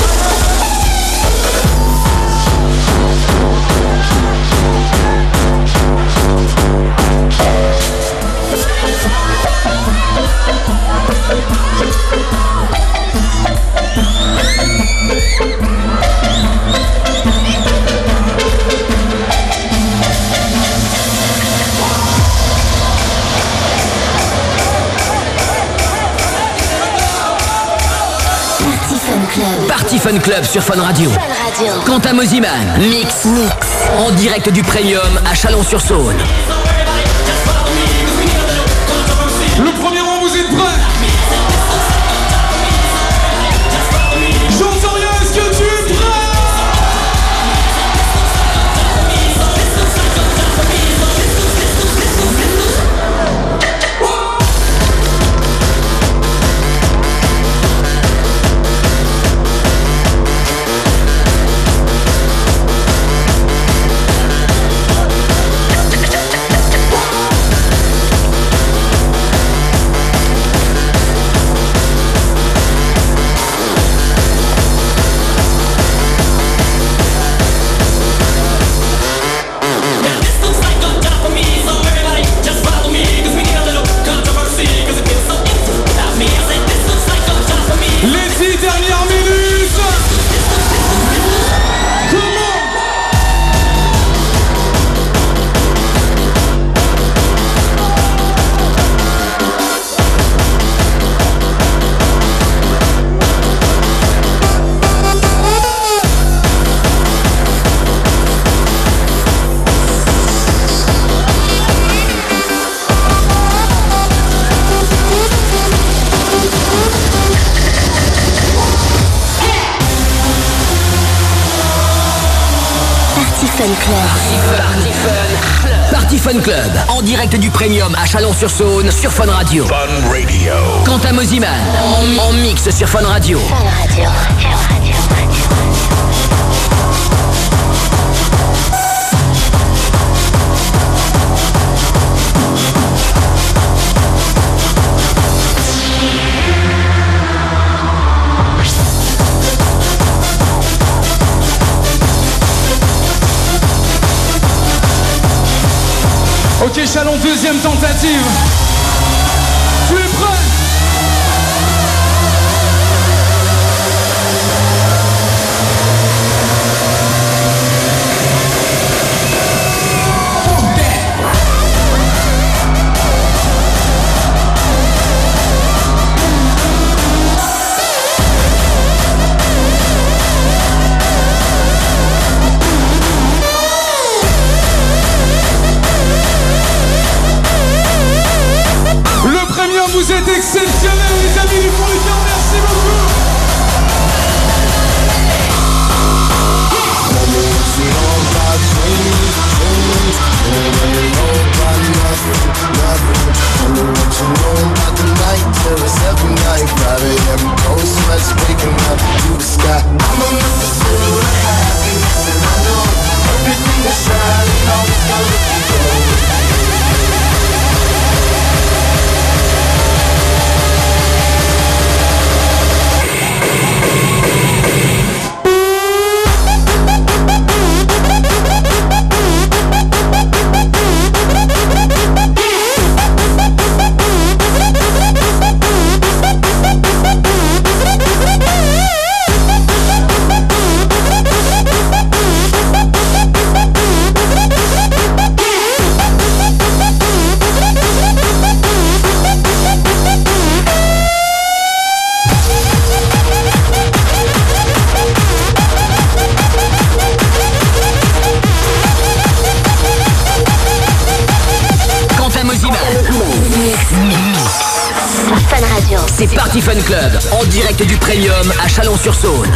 Party Fun Club sur Fun Radio. Quentin Mosiman, mix en direct du Premium à Chalon-sur-Saône. Le premier rang, vous êtes prêts? J'entends rien, est-ce que tu es prêt? Party Fun Club, en direct du Premium à Chalon-sur-Saône sur Fun Radio. Fun Radio. Quentin Mosiman, en mix sur Fun Radio. Fun Radio. Ok Chalon, deuxième tentative. Tu es prêt? Vous êtes exceptionnels les amis du fond du cœur, merci beaucoup. c'est Party Fun Club, en direct du Premium à Chalon-sur-Saône.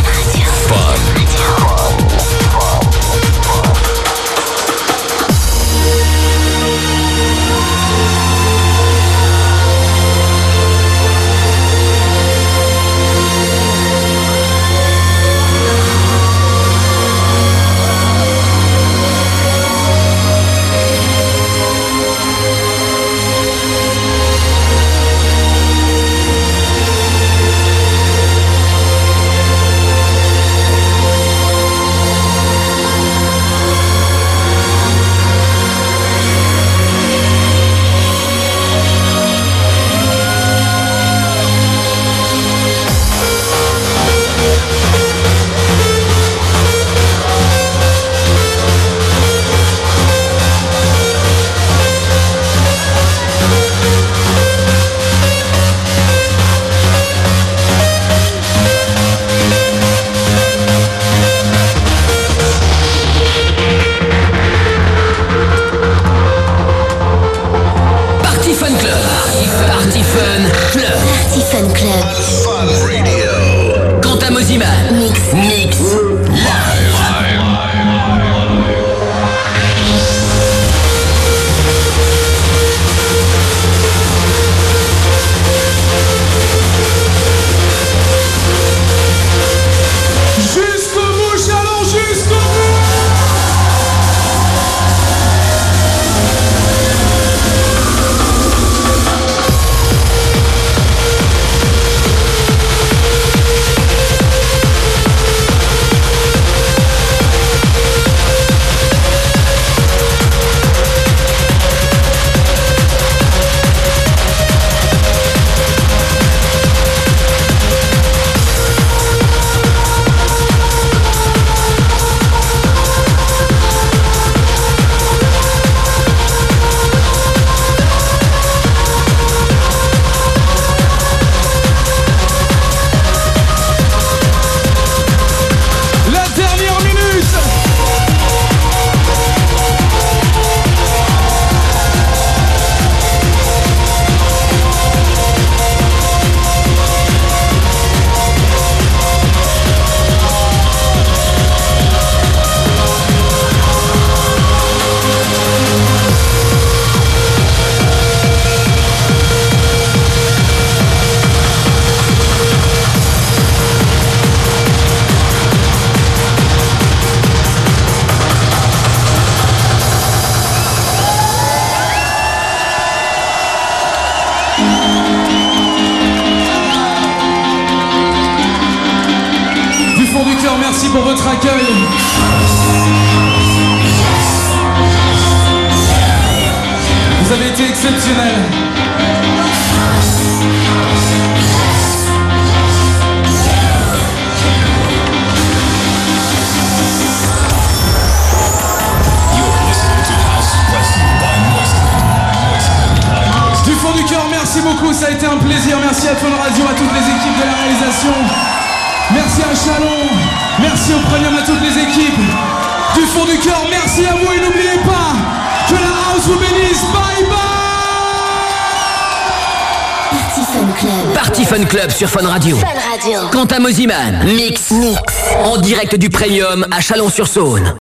Merci pour votre accueil. Vous avez été exceptionnels. Du fond du cœur, merci beaucoup, ça a été un plaisir. Merci à Fun Radio, à toutes les équipes de la réalisation. Merci à Chalon, merci au Premium, à toutes les équipes. Du fond du cœur, merci à vous et n'oubliez pas que la house vous bénisse. Bye bye. Party Fun Club. Party Fun Club sur Fun Radio. Fun Radio. Quentin Mosiman, Mix, en direct du Premium à Chalon-sur-Saône.